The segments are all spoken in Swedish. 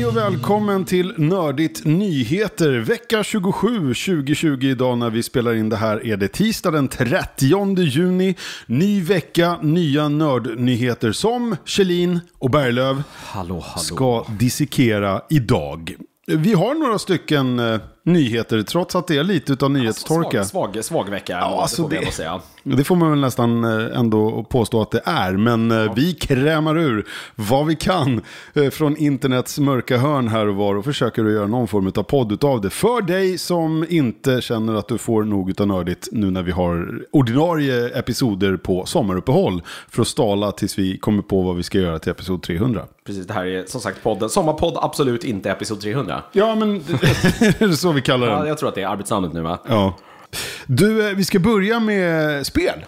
och välkommen till Nördigt Nyheter, vecka 27 2020. Idag när vi spelar in det här är det tisdag den 30 juni. Ny vecka, nya nördnyheter som Kjellin och Berglöf ska dissekera idag. Vi har några stycken nyheter trots att det är lite utav nyhetstorka. Svag vecka, ja, alltså det får vi ändå säga. Det får man väl nästan ändå påstå att det är. Men vi krämar ur vad vi kan från internets mörka hörn här och var och försöker att göra någon form av podd utav det. För dig som inte känner att du får nog utav nördigt nu när vi har ordinarie episoder på sommaruppehåll för att stala tills vi kommer på vad vi ska göra till episod 300. Precis, det här är som sagt podden. Sommarpodd, absolut inte episod 300. Ja, men det är så vi kallar den. Ja, jag tror att det är arbetsnamnet nu, va? Ja. Du, vi ska börja med spel.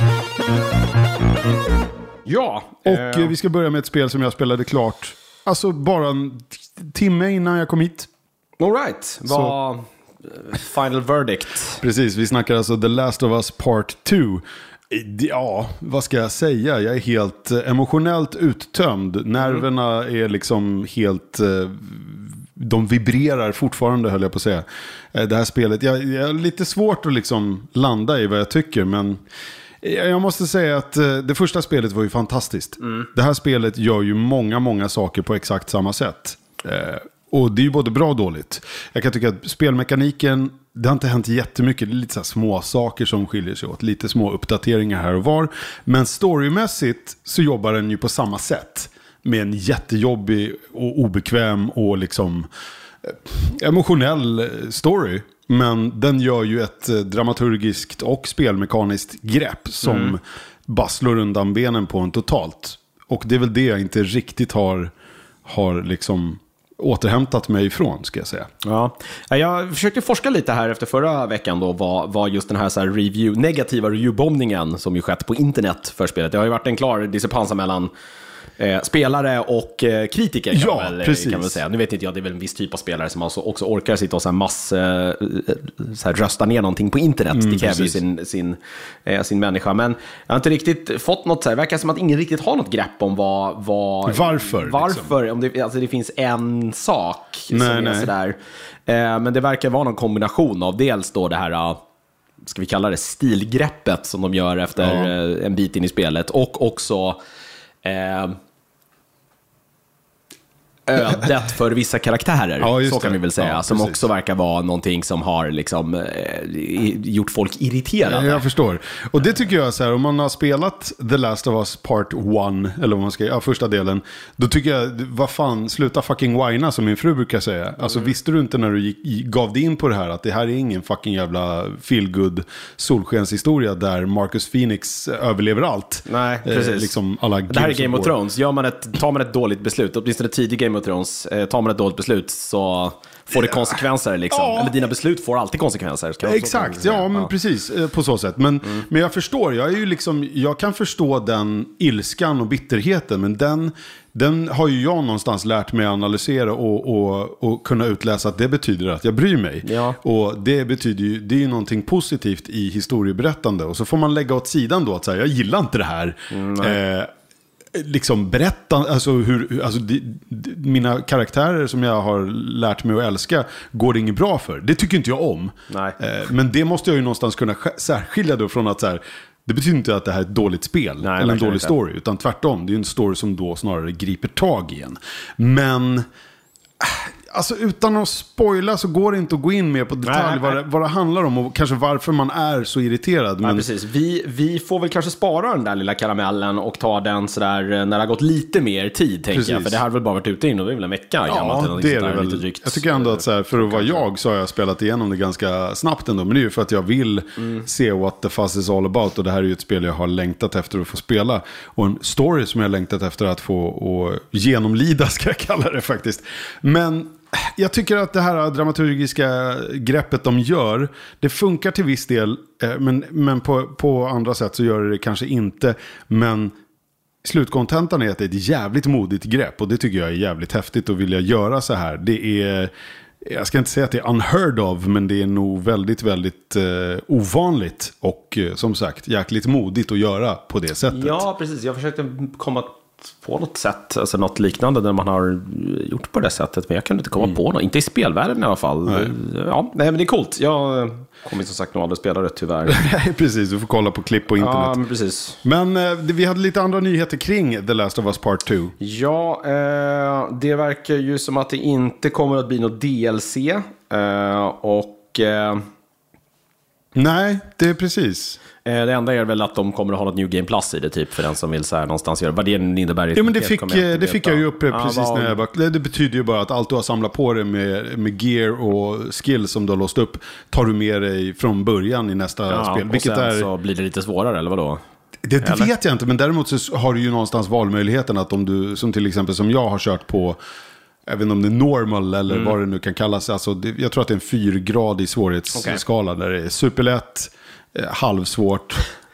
Ja. Och vi ska börja med ett spel som jag spelade klart. Alltså bara en timme innan jag kom hit. All right. Vad final verdict? Precis, vi snackar alltså The Last of Us Part 2. Ja, vad ska jag säga? Jag är helt emotionellt uttömd. Nerverna är liksom helt... De vibrerar fortfarande, höll jag på att säga. Det här spelet, jag är lite svårt att liksom landa i vad jag tycker, men jag måste säga att det första spelet var ju fantastiskt. Det här spelet gör ju många saker på exakt samma sätt. Och det är ju både bra och dåligt. Jag kan tycka att spelmekaniken, det har inte hänt jättemycket. Det är lite så här små saker som skiljer sig åt. Lite små uppdateringar här och var. Men storymässigt så jobbar den ju på samma sätt. Med en jättejobbig och obekväm och liksom emotionell story. Men den gör ju ett dramaturgiskt och spelmekaniskt grepp som bara slår undan benen på en totalt. Och det är väl det jag inte riktigt har liksom återhämtat mig ifrån, ska jag säga. Ja, jag försökte forska lite här efter förra veckan då, vad just den här, negativa reviewbombningen som ju skett på internet för spelet. Det har ju varit en klar diskrepans mellan spelare och kritiker kan man säga. Nu vet inte jag, det är väl en viss typ av spelare som också orkar sitta och så här rösta ner någonting på internet. Det kräver ju sin människa. Men jag har inte riktigt fått något så här, verkar som att ingen riktigt har något grepp om varför liksom. Om det finns en sak som är sådär. Men det verkar vara någon kombination av dels då det här, ska vi kalla det stilgreppet som de gör efter en bit in i spelet, och också ödet för vissa karaktärer, så kan vi väl säga, som precis. Också verkar vara någonting som har liksom gjort folk irriterade. Jag förstår. Och det tycker jag är så här, om man har spelat The Last of Us Part 1, eller vad man ska, första delen, då tycker jag, vad fan, sluta fucking whina, som min fru brukar säga. Alltså visste du inte när du gav dig in på det här att det här är ingen fucking jävla feel-good solskenshistoria där Marcus Phoenix överlever allt. Nej, precis. Liksom alla det här är Game of Thrones. Tar man ett dåligt beslut, åtminstone tidig Game of Thrones, tar man ett dåligt beslut så får det konsekvenser liksom. Ja. Eller dina beslut får alltid konsekvenser. Exakt, men precis på så sätt. Men jag förstår, jag kan förstå den ilskan och bitterheten, men den har ju jag någonstans lärt mig att analysera och kunna utläsa att det betyder att jag bryr mig. Ja. Och det betyder ju, det är ju någonting positivt i historieberättande. Och så får man lägga åt sidan då att säga, jag gillar inte det här. Liksom berätta, alltså mina karaktärer som jag har lärt mig att älska går det inget bra för. Det tycker inte jag om. Nej. Men det måste jag ju någonstans kunna särskilja då från att så här, det betyder inte att det här är ett dåligt spel eller en dålig story, utan tvärtom, det är ju en story som då snarare griper tag i en. Men alltså utan att spoila så går det inte att gå in mer på detalj vad det handlar om och kanske varför man är så irriterad. Men... Ja, precis. Vi får väl kanske spara den där lilla karamellen och ta den sådär när det har gått lite mer tid, tänker jag. För det har väl bara varit ute in och det är väl en vecka gammalt. Ja, det är det väl. Jag tycker ändå att så här, för att vara jag så har jag spelat igenom det ganska snabbt ändå. Men det är ju för att jag vill se what the fuss is all about. Och det här är ju ett spel jag har längtat efter att få spela. Och en story som jag har längtat efter att få och genomlida, ska jag kalla det faktiskt. Men jag tycker att det här dramaturgiska greppet de gör, det funkar till viss del, men på andra sätt så gör det kanske inte. Men slutkontentan är att det är ett jävligt modigt grepp, och det tycker jag är jävligt häftigt att vilja göra så här. Det är, jag ska inte säga att det är unheard of, men det är nog väldigt, väldigt ovanligt och som sagt jäkligt modigt att göra på det sättet. Ja, precis. Jag försökte komma på något sätt, alltså något liknande där man har gjort på det sättet, men jag kan inte komma på något, inte i spelvärlden i alla fall. Nej, men det är coolt. Jag kommer som sagt nog aldrig spela det, tyvärr. Nej, precis, du får kolla på klipp på internet. Ja, men precis. Men vi hade lite andra nyheter kring The Last of Us Part 2. Ja, det verkar ju som att det inte kommer att bli något DLC. Nej, det är precis. Det enda är väl att de kommer att ha något New Game Plus i det, typ, för den som vill så här någonstans göra vad det innebär. Ja, men det fick jag ju upp precis när jag bara, det betyder ju bara att allt du har samlat på dig med gear och skill som du har låst upp tar du med dig från början i nästa spel. Vilket och sen så blir det lite svårare, eller vadå? Det vet jag inte, men däremot så har du ju någonstans valmöjligheten att om du, som till exempel som jag har kört på, även om det är normal eller vad det nu kan kallas, alltså jag tror att det är en 4-gradig svårighetsskala där det är superlätt, halvsvårt,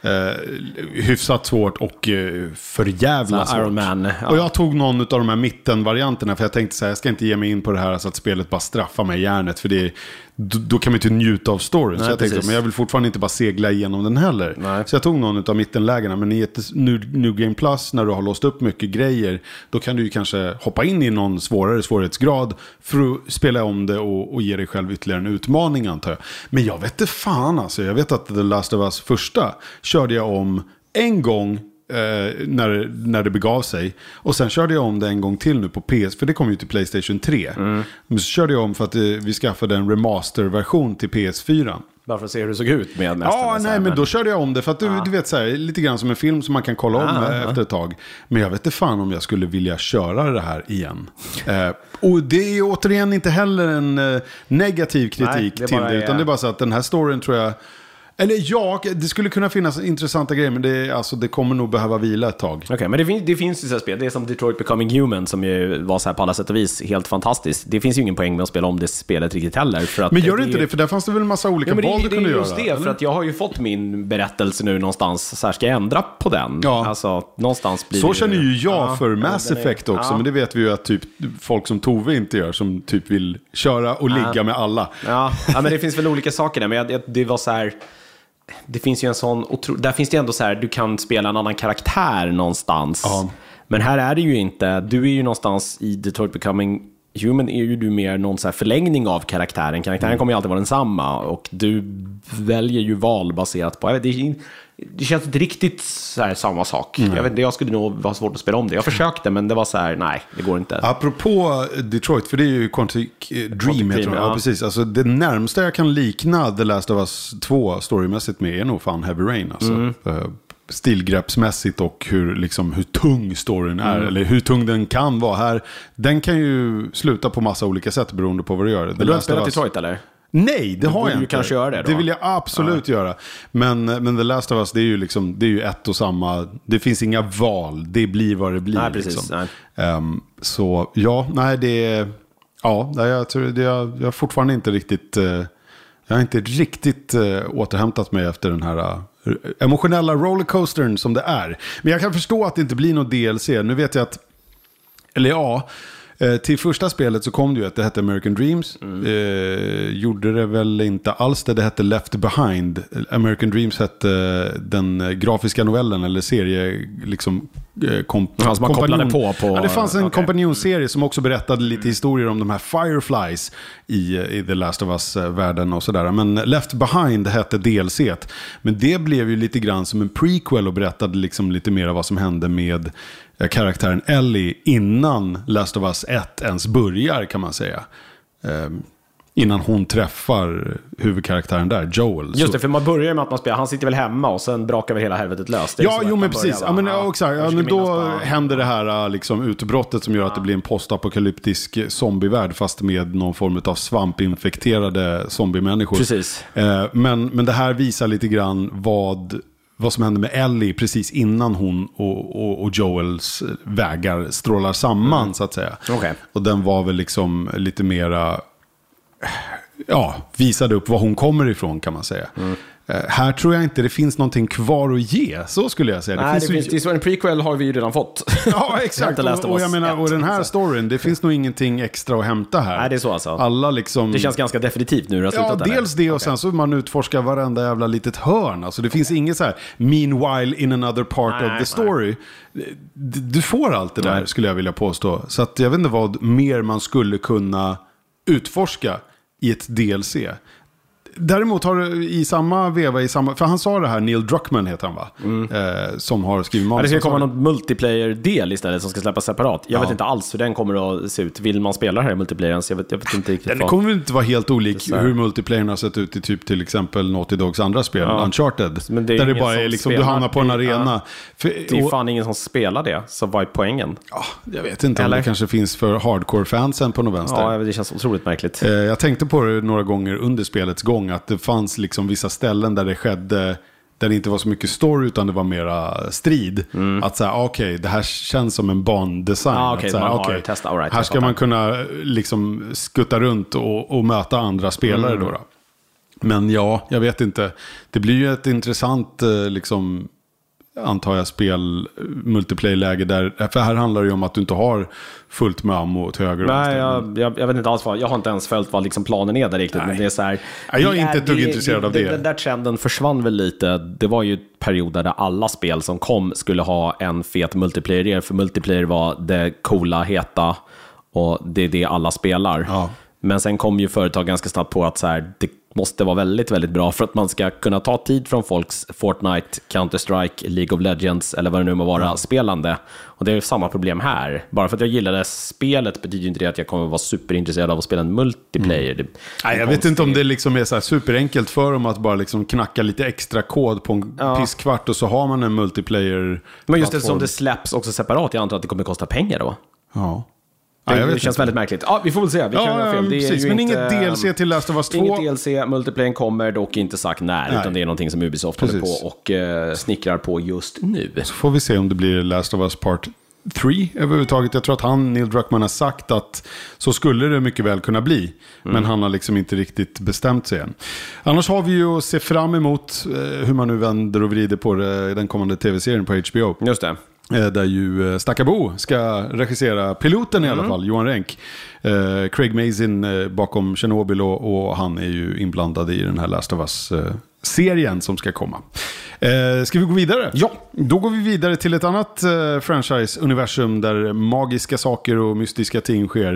hyfsat svårt och för jävla svårt. Iron Man. Ja. Och jag tog någon av de här mittenvarianterna, för jag tänkte så här, jag ska inte ge mig in på det här så att spelet bara straffar mig i hjärnet, för det är, då kan man inte njuta av storyn. Nej, så jag tänkte, men jag vill fortfarande inte bara segla igenom den heller. Nej. Så jag tog någon av mittenlägena, men i ett New Game Plus, när du har låst upp mycket grejer, då kan du ju kanske hoppa in i någon svårare svårighetsgrad för att spela om det och ge dig själv ytterligare en utmaning, antar jag. Men jag vet inte fan alltså. Jag vet att The Last of Us första körde jag om en gång när det begav sig. Och sen körde jag om det en gång till nu på PS, för det kom ju till PlayStation 3. Men så körde jag om för att vi skaffade en remaster-version till PS4. Bara för att se hur det såg ut med nästan. Ja, nej, men då körde jag om det för att du vet så här, lite grann som en film som man kan kolla om efter ett tag. Men jag vet inte fan om jag skulle vilja köra det här igen. Och det är återigen inte heller en negativ kritik till det, utan det är bara så att den här storyn tror jag, eller det skulle kunna finnas intressanta grejer, men det kommer nog behöva vila ett tag. Okej, men det finns ju så här spel. Det är som Detroit Becoming Human, som ju var så här på alla sätt och vis helt fantastiskt. Det finns ju ingen poäng med att spela om det spelet riktigt heller. För att men gör det inte det? För där fanns det väl en massa olika val du kunde göra. Just det, för att jag har ju fått min berättelse nu någonstans. Så här, ska jag ändra på den? Ja. Alltså, någonstans blir så känner ju jag för Mass Effect också. Men det vet vi ju att typ folk som Tove inte gör, som typ vill köra och ligga med alla. Ja, men det finns väl olika saker där. Men det var så här... Det finns ju en sån, där finns det ändå så här, du kan spela en annan karaktär någonstans. Ja. Men här är det ju inte, du är ju någonstans i Detroit Becoming Human, är ju du mer någon så här förlängning av karaktären. Karaktären kommer ju alltid vara densamma, och du väljer ju val baserat på, det känns inte riktigt så här samma sak. Jag skulle nog vara svårt att spela om det. Jag försökte, men det var så här, nej, det går inte. Apropå Detroit, för det är ju Quantic Dream, ja, precis. Alltså, det närmsta jag kan likna The Last of Us 2 storymässigt med är nog fan Heavy Rain. Alltså. Stilgreppsmässigt och hur tung storyn är, eller hur tung den kan vara här. Den kan ju sluta på massa olika sätt beroende på vad du gör. Vill du spela Detroit, eller? Nej, det har jag inte. Du kanske gör det då. Det vill jag absolut göra. Men The Last of Us, det är ju ett och samma. Det finns inga val. Det blir vad det blir. Nej, precis. Liksom. Så ja, nej, det är... Ja, jag tror det. Jag har fortfarande inte riktigt... Jag har inte riktigt återhämtat mig efter den här emotionella rollercoastern som det är. Men jag kan förstå att det inte blir något DLC. Nu vet jag att... Eller ja... Till första spelet så kom det ju att det hette American Dreams. Gjorde det väl inte alls det hette Left Behind. American Dreams hette den grafiska novellen eller serie liksom man kopplade på. Ja, det fanns en kompanjonserie som också berättade lite historier om de här Fireflies i The Last of Us-världen och sådär. Men Left Behind hette DLC. Men det blev ju lite grann som en prequel och berättade liksom lite mer av vad som hände med karaktären Ellie innan Last of Us 1 ens börjar, kan man säga. Innan hon träffar huvudkaraktären där, Joel. Just det, för man börjar med att man spelar, han sitter väl hemma och sen brakar väl hela helvetet löst. Ja, jo men precis. Men då händer det här liksom utbrottet som gör att det blir en postapokalyptisk zombievärld, fast med någon form av svampinfekterade zombiemänniskor. Precis. Men det här visar lite grann vad som hände med Ellie precis innan hon och Joels vägar strålar samman, så att säga. Okay. Och den var väl liksom lite mera... visade upp var hon kommer ifrån, kan man säga. Här tror jag inte det finns någonting kvar att ge, så skulle jag säga. Nej, det finns en prequel har vi ju redan fått. Ja, exakt. Och jag menar, och den här storyn, det finns nog ingenting extra att hämta här. Nej, det är så alltså. Alla liksom... Det känns ganska definitivt nu. Ja, dels det och sen så man utforskar varenda jävla litet hörn. Alltså det finns inget så här meanwhile in another part of the story. Du får allt det där, skulle jag vilja påstå. Så att jag vet inte vad mer man skulle kunna utforska i ett DLC. Däremot har det i samma veva, för han sa det här, Neil Druckmann heter han va? Som har skrivit manus. Det ska komma någon multiplayer-del istället som ska släppas separat. Jag vet inte alls hur den kommer att se ut. Vill man spela här i multiplayern? Så jag vet inte riktigt. Den kommer inte vara helt olik hur multiplayern har sett ut i typ till exempel Naughty Dogs andra spel, Uncharted. Men det är där det bara är liksom, du hamnar på en arena. Det är fan ingen som spelar det, så vad är poängen? Ja, jag vet inte om det kanske finns för hardcore-fansen på något vänster. Ja, det känns otroligt märkligt. Jag tänkte på det några gånger under spelets gång, att det fanns liksom vissa ställen där det skedde, där det inte var så mycket story utan det var mera strid. Att säga, okej, det här känns som en bandesign. Här ska man kunna liksom skutta runt och möta andra spelare då. Men ja, jag vet inte. Det blir ju ett intressant liksom, antar jag, spel multiplayer-läge där, för här handlar det ju om att du inte har fullt med ammo åt höger. Nej, jag vet inte alls vad, jag har inte ens följt vad liksom planen är där riktigt. Nej. Men det är så här, jag är inte ett dugg intresserad av det. Den där trenden försvann väl lite. Det var ju perioder där alla spel som kom skulle ha en fet multiplayer, för multiplayer var det coola, heta, och det är det alla spelar. Ja. Men sen kom ju företag ganska snabbt på att så här, det måste vara väldigt, väldigt bra för att man ska kunna ta tid från folks Fortnite, Counter-Strike, League of Legends eller vad det nu må vara spelande. Och det är samma problem här. Bara för att jag gillade spelet betyder inte det att jag kommer vara superintresserad av att spela en multiplayer. Nej, jag vet inte om det liksom är så här superenkelt för dem att bara liksom knacka lite extra kod på en pisskvart och så har man en multiplayer. Men just det som det släpps också separat, jag antar att det kommer kosta pengar då. Ja. Det känns väldigt märkligt. Vi får väl se. Vi kan film. Det är precis, ju men inte, inget DLC till Last of Us 2. Inget DLC, multiplayer kommer dock inte sagt när. Utan det är någonting som Ubisoft håller på och snickrar på just nu. Så får vi se om det blir Last of Us Part 3 överhuvudtaget. Jag tror att Neil Druckmann har sagt att så skulle det mycket väl kunna bli. Men han har liksom inte riktigt bestämt sig än. Annars har vi ju att se fram emot hur man nu vänder och vrider på den kommande tv-serien på HBO. Just det. Där ju Stackabo ska regissera piloten i alla fall, Johan Renck. Craig Mazin bakom Chernobyl och han är ju inblandad i den här Last of Us-serien som ska komma. Ska vi gå vidare? Ja. Då går vi vidare till ett annat franchise-universum där magiska saker och mystiska ting sker.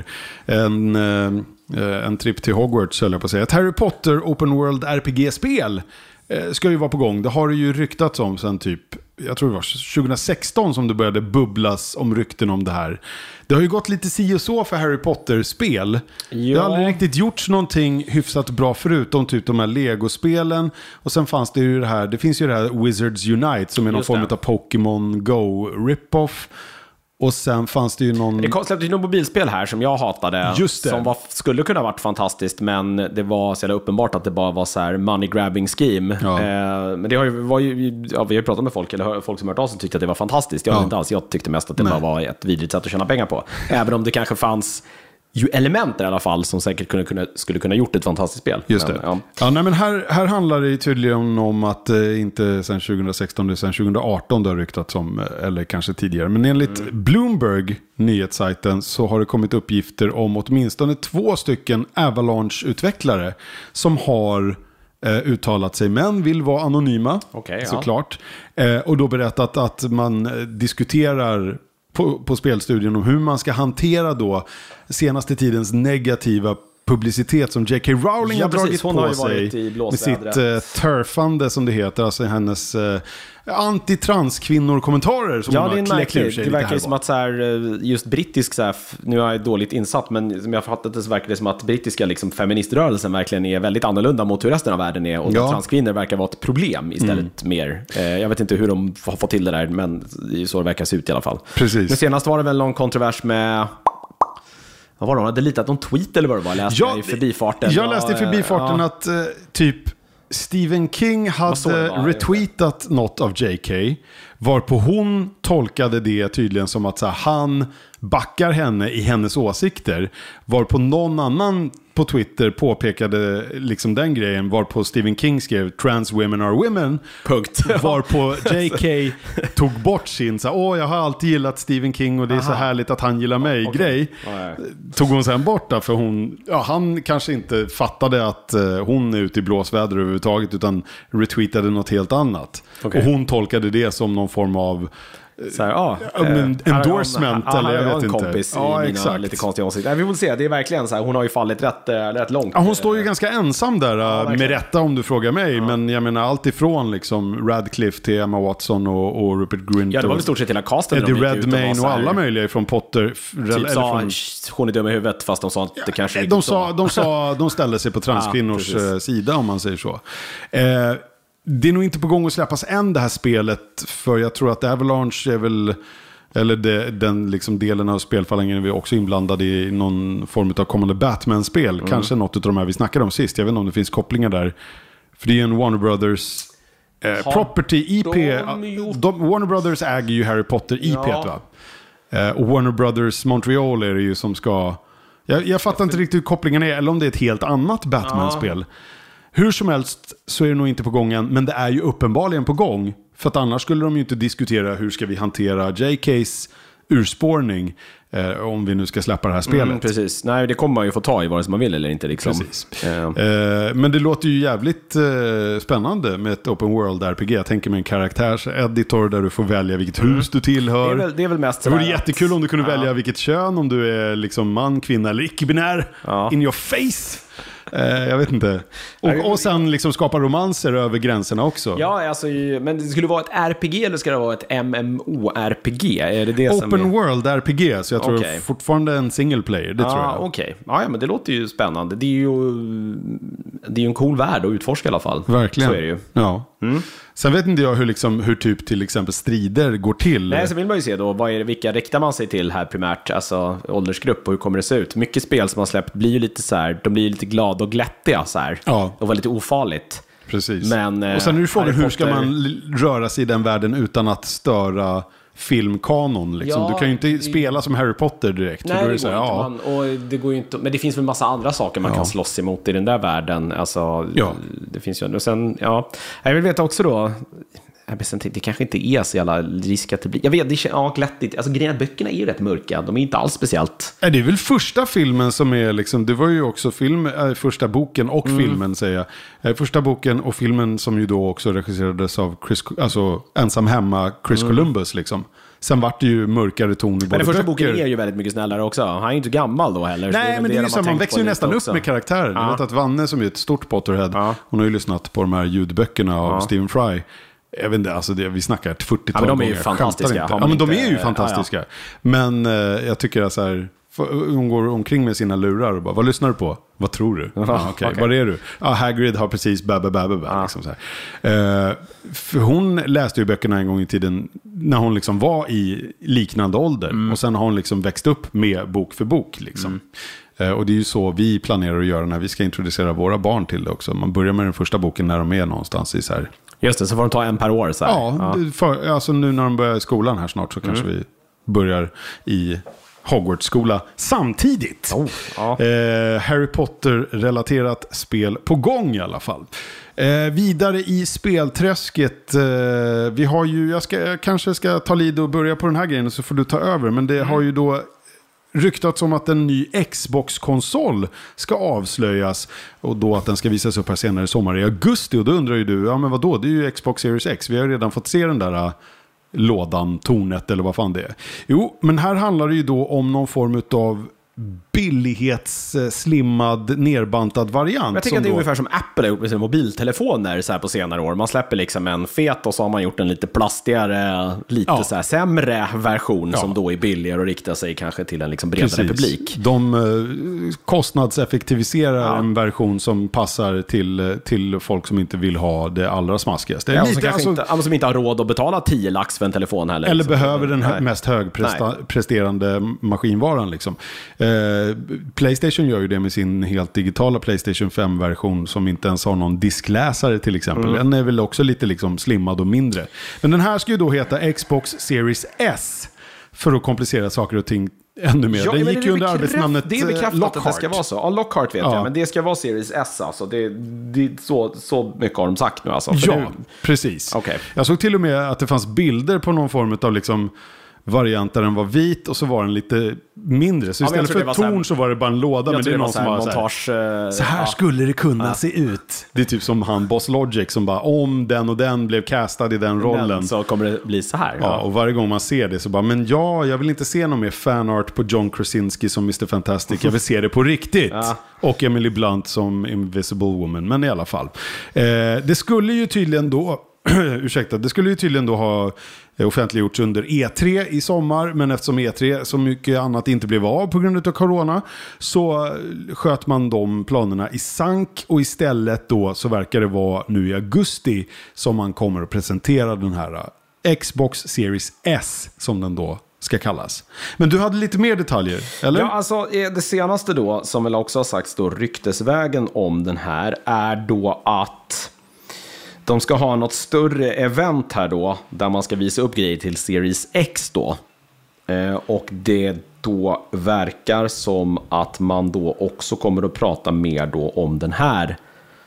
En trip till Hogwarts, höll jag på att säga. Ett Harry Potter Open World RPG-spel ska ju vara på gång. Det har det ju ryktats om sen typ, jag tror det var 2016 som det började bubblas om rykten om det här. Det har ju gått lite si och så för Harry Potter-spel. Ja. Det har aldrig riktigt gjorts någonting hyfsat bra förutom typ de här Lego-spelen. Och sen fanns det ju det här, det finns ju det här Wizards Unite som är någon form av Pokémon Go rip-off. Och sen fanns det ju någon... Det släpptes ju något mobilspel här som jag hatade. Just det. Som skulle kunna varit fantastiskt, men det var så uppenbart att det bara var så här money grabbing scheme. Ja. Men det var ju vi har ju pratat med folk, eller folk som hört av sig tyckte att det var fantastiskt. Jag vet inte alls, jag tyckte mest att det bara var ett vidrigt sätt att tjäna pengar på. Även om det kanske fanns ju elementer i alla fall som säkert skulle kunna gjort ett fantastiskt spel. Just det. Men här handlar det tydligen om att inte sen 2016, det är sen 2018 det har ryktats om, eller kanske tidigare. Men enligt Bloomberg, nyhetssajten, så har det kommit uppgifter om åtminstone 2 stycken Avalanche-utvecklare som har uttalat sig, men vill vara anonyma, såklart. Och då berättat att man diskuterar på spelstudion om hur man ska hantera då senaste tidens negativa publicitet som J.K. Rowling har dragit på sig med sitt turfande som det heter, alltså hennes anti-trans-kvinnor-kommentarer som hon har kläckt ur sig. Det verkar som att så här, just brittisk, så här, nu är jag dåligt insatt, men som jag fattat det så verkar det som att brittiska liksom, feministrörelsen verkligen är väldigt annorlunda mot hur resten av världen är, och transkvinnor verkar vara ett problem istället mer. Jag vet inte hur de har fått till det där, men det är så det verkar se ut i alla fall. Precis. Men senast var det väl någon kontrovers med... Vad var det? De hade litat någon tweet eller vad det var? Läste i förbifarten. Jag läste i förbifarten att typ Stephen King hade retweetat något av JK, Varpå hon tolkade det tydligen som att så här, han backar henne i hennes åsikter. Varpå någon annan på Twitter påpekade liksom den grejen. Varpå Stephen King skrev trans women are women. Punkt. Varpå JK tog bort sin så här, jag har alltid gillat Stephen King och det är så härligt att han gillar mig grej. Tog hon sen bort där, för han kanske inte fattade att hon är ute i blåsväder överhuvudtaget, utan retweetade något helt annat. Och hon tolkade det som någon form av så här, endorsement eller jag vet en inte. Kompis i mina exakt. Lite konstiga åsikter. Vi får se, det är verkligen så här, hon har ju fallit rätt långt. Ja, hon står ju ganska ensam där med rätta om du frågar mig, men jag menar allt ifrån liksom Radcliffe till Emma Watson och Rupert Grint. Ja, det var väl stort sett hela casten. Eddie Redmayne och alla möjliga från Potter. Typ sa hon är dum i huvudet, fast de sa att det kanske de ställde sig på transkvinnors sida, om man säger så. Det är nog inte på gång att släppas än det här spelet, för jag tror att Avalanche är väl, eller den liksom delen av spelfalangen är vi också inblandade i någon form av kommande Batman-spel. Kanske något av de här vi snackade om sist. Jag vet inte om det finns kopplingar där. För det är en Warner Brothers property IP. Warner Brothers äger ju Harry Potter IP, va? Och Warner Brothers Montreal är det ju som ska... Jag fattar inte riktigt hur kopplingen är, eller om det är ett helt annat Batman-spel. Hur som helst så är det nog inte på gång än, men det är ju uppenbarligen på gång. För att annars skulle de ju inte diskutera hur ska vi hantera JKs urspårning om vi nu ska släppa det här spelet. Precis. Nej, det kommer man ju få ta i vare sig man vill eller inte. Liksom. Precis. Men det låter ju jävligt spännande med ett open world RPG. Jag tänker med en karaktärseditor där du får välja vilket hus du tillhör. Det är väl mest det vore jättekul om du kunde välja vilket kön, om du är liksom man, kvinna eller icke-binär. In your face! Jag vet inte. Och sen liksom skapa romanser över gränserna också. Ja, alltså, men det skulle vara ett RPG eller ska det vara ett MMORPG? Är det Open World RPG, så jag tror fortfarande en single player, det tror jag. Okej. Ja, men det låter ju spännande. Det är ju en cool värld att utforska i alla fall. Verkligen. Så är det ju. Ja. Sen vet inte jag hur typ till exempel strider går till. Nej, så vill man ju se då, vilka riktar man sig till här primärt, alltså åldersgrupp, och hur kommer det se ut? Mycket spel som man släppt blir ju lite så här, de blir lite glada och glättiga så här. Och var lite ofarligt. Precis. Men, och sen är det frågan, hur ska man röra sig i den världen utan att störa filmkanon liksom. Du kan ju inte spela som Harry Potter direkt. Nej, det går inte. Och det går ju inte. Men det finns väl massa andra saker man kan slåss emot i den där världen. Alltså, det finns ju. Och sen, jag vill veta också då. Det kanske inte är så jävla risk att det blir. Jag vet, det känns glättigt. Alltså böckerna är ju rätt mörka. De är inte alls speciellt. Det är väl första filmen som är liksom, det var ju också första boken och filmen säger jag. Första boken och filmen som ju då också regisserades av ensam hemma Chris Columbus liksom. Sen vart det ju mörkare ton i både men den första böcker. boken är ju väldigt mycket snällare också. Han är ju inte gammal då heller. Nej, men det är ju så man växer ju nästan upp med karaktären. Jag vet att Vanne som är ett stort Potterhead, hon har ju lyssnat på de här ljudböckerna av Stephen Fry. Jag vet inte, alltså vi snackar ett 40-tal gånger. Men de är ju fantastiska. Ja, men de är ju fantastiska. Men jag tycker att så här, hon går omkring med sina lurar och bara, vad lyssnar du på? Vad tror du? Okay. Var är du? Hagrid har precis liksom så här. För hon läste ju böckerna en gång i tiden när hon liksom var i liknande ålder. Och sen har hon liksom växt upp med bok för bok liksom. Och det är ju så vi planerar att göra när vi ska introducera våra barn till det också. Man börjar med den första boken när de är någonstans i så här. Just det, så får de ta en per år så här. Alltså nu när de börjar i skolan här snart så kanske vi börjar i Hogwarts-skola samtidigt. Harry Potter-relaterat spel på gång i alla fall. Vidare i spelträsket. Vi har ju, jag kanske ska ta lid och börja på den här grejen så får du ta över. Men det har ju då ryktats om att en ny Xbox-konsol ska avslöjas och då att den ska visas upp här senare i sommar i augusti. Och då undrar ju du, men vadå? Det är ju Xbox Series X. Vi har ju redan fått se den där lådan, tornet eller vad fan det är. Jo, men här handlar det ju då om någon form av billighetsslimmad, nerbantad variant. Jag tycker att det är ungefär som Apple har gjort med sina mobiltelefoner så här på senare år. Man släpper liksom en fet och så har man gjort en lite plastigare, lite så här sämre version som då är billigare och riktar sig kanske till en liksom bredare publik. De kostnadseffektiviserar en version som passar till folk som inte vill ha det allra smaskigaste. Ja, som inte har råd att betala 10 lax för en telefon heller. Eller liksom behöver den mest högpresterande maskinvaran liksom. PlayStation gör ju det med sin helt digitala PlayStation 5-version som inte ens har någon diskläsare till exempel. Den är väl också lite liksom slimmad och mindre. Men den här ska ju då heta Xbox Series S för att komplicera saker och ting ännu mer. Den gick ju under arbetsnamnet det är bekräftat Lockhart. att det ska vara så. Ja, Lockhart vet jag, men det ska vara Series S alltså. Det är så mycket har de sagt nu alltså. Ja, precis. Okay. Jag såg till och med att det fanns bilder på någon form av liksom variant där den var vit och så var den lite mindre. Så istället för ett torn så var det bara en låda. Men det är någon som har så här skulle det kunna se ut. Det är typ som han Boss Logic som bara om den och den blev castad i den rollen. Så kommer det bli så här. Ja, och varje gång man ser det så bara, men jag vill inte se någon mer fanart på John Krasinski som Mr. Fantastic. Jag vill se det på riktigt. Och Emily Blunt som Invisible Woman. Men i alla fall. Det skulle ju tydligen då det skulle ju tydligen då ha offentliggjorts under E3 i sommar, men eftersom E3 så mycket annat inte blev av på grund av corona så sköt man de planerna i sank och istället då så verkar det vara nu i augusti som man kommer att presentera den här Xbox Series S som den då ska kallas. Men du hade lite mer detaljer, eller? Ja, alltså det senaste då som väl också har sagts då ryktesvägen om den här är då att de ska ha något större event här då där man ska visa upp grejer till Series X då. Och det då verkar som att man då också kommer att prata mer då om den här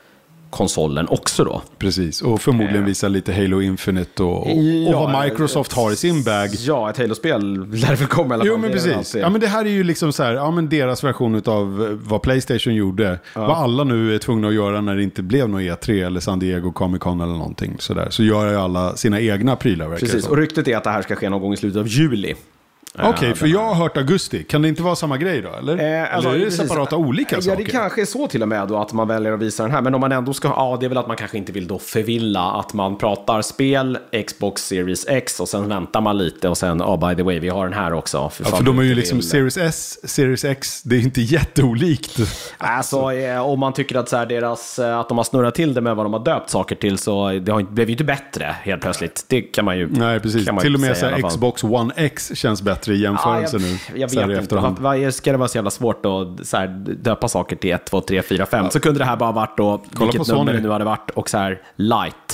konsolen också då. Precis, och förmodligen visa lite Halo Infinite och vad Microsoft har i sin bag. Ja, ett Halo-spel lär väl komma i alla fall. Jo, men precis. Ja, men det här är ju liksom så här, ja men deras version av vad PlayStation gjorde. Vad alla nu är tvungna att göra när det inte blev någon E3 eller San Diego Comic Con eller någonting sådär. Så gör ju alla sina egna prylar. Precis, och ryktet är att det här ska ske någon gång i slutet av juli. Okej, för jag har hört augusti. Kan det inte vara samma grej då? Eller är det separata olika saker? Ja, det kanske är så till och med då att man väljer att visa den här. Men om man ändå ska, det är väl att man kanske inte vill då förvilla att man pratar spel, Xbox Series X och sen väntar man lite och sen, by the way, vi har den här också. För de är ju liksom Series S, Series X, det är inte jätteolikt. Alltså, om man tycker att så här, att de har snurrat till det med vad de har döpt saker till så det blev ju inte bättre helt plötsligt. Det kan man ju. Nej, precis. Till och med så här, Xbox One X känns bättre i jämförelse nu. Jag vet inte. Vad ska det vara så jävla svårt att så här, döpa saker till 1, 2, 3, 4, 5? Så kunde det här bara varit då, vilket nummer det nu hade varit, och så här light.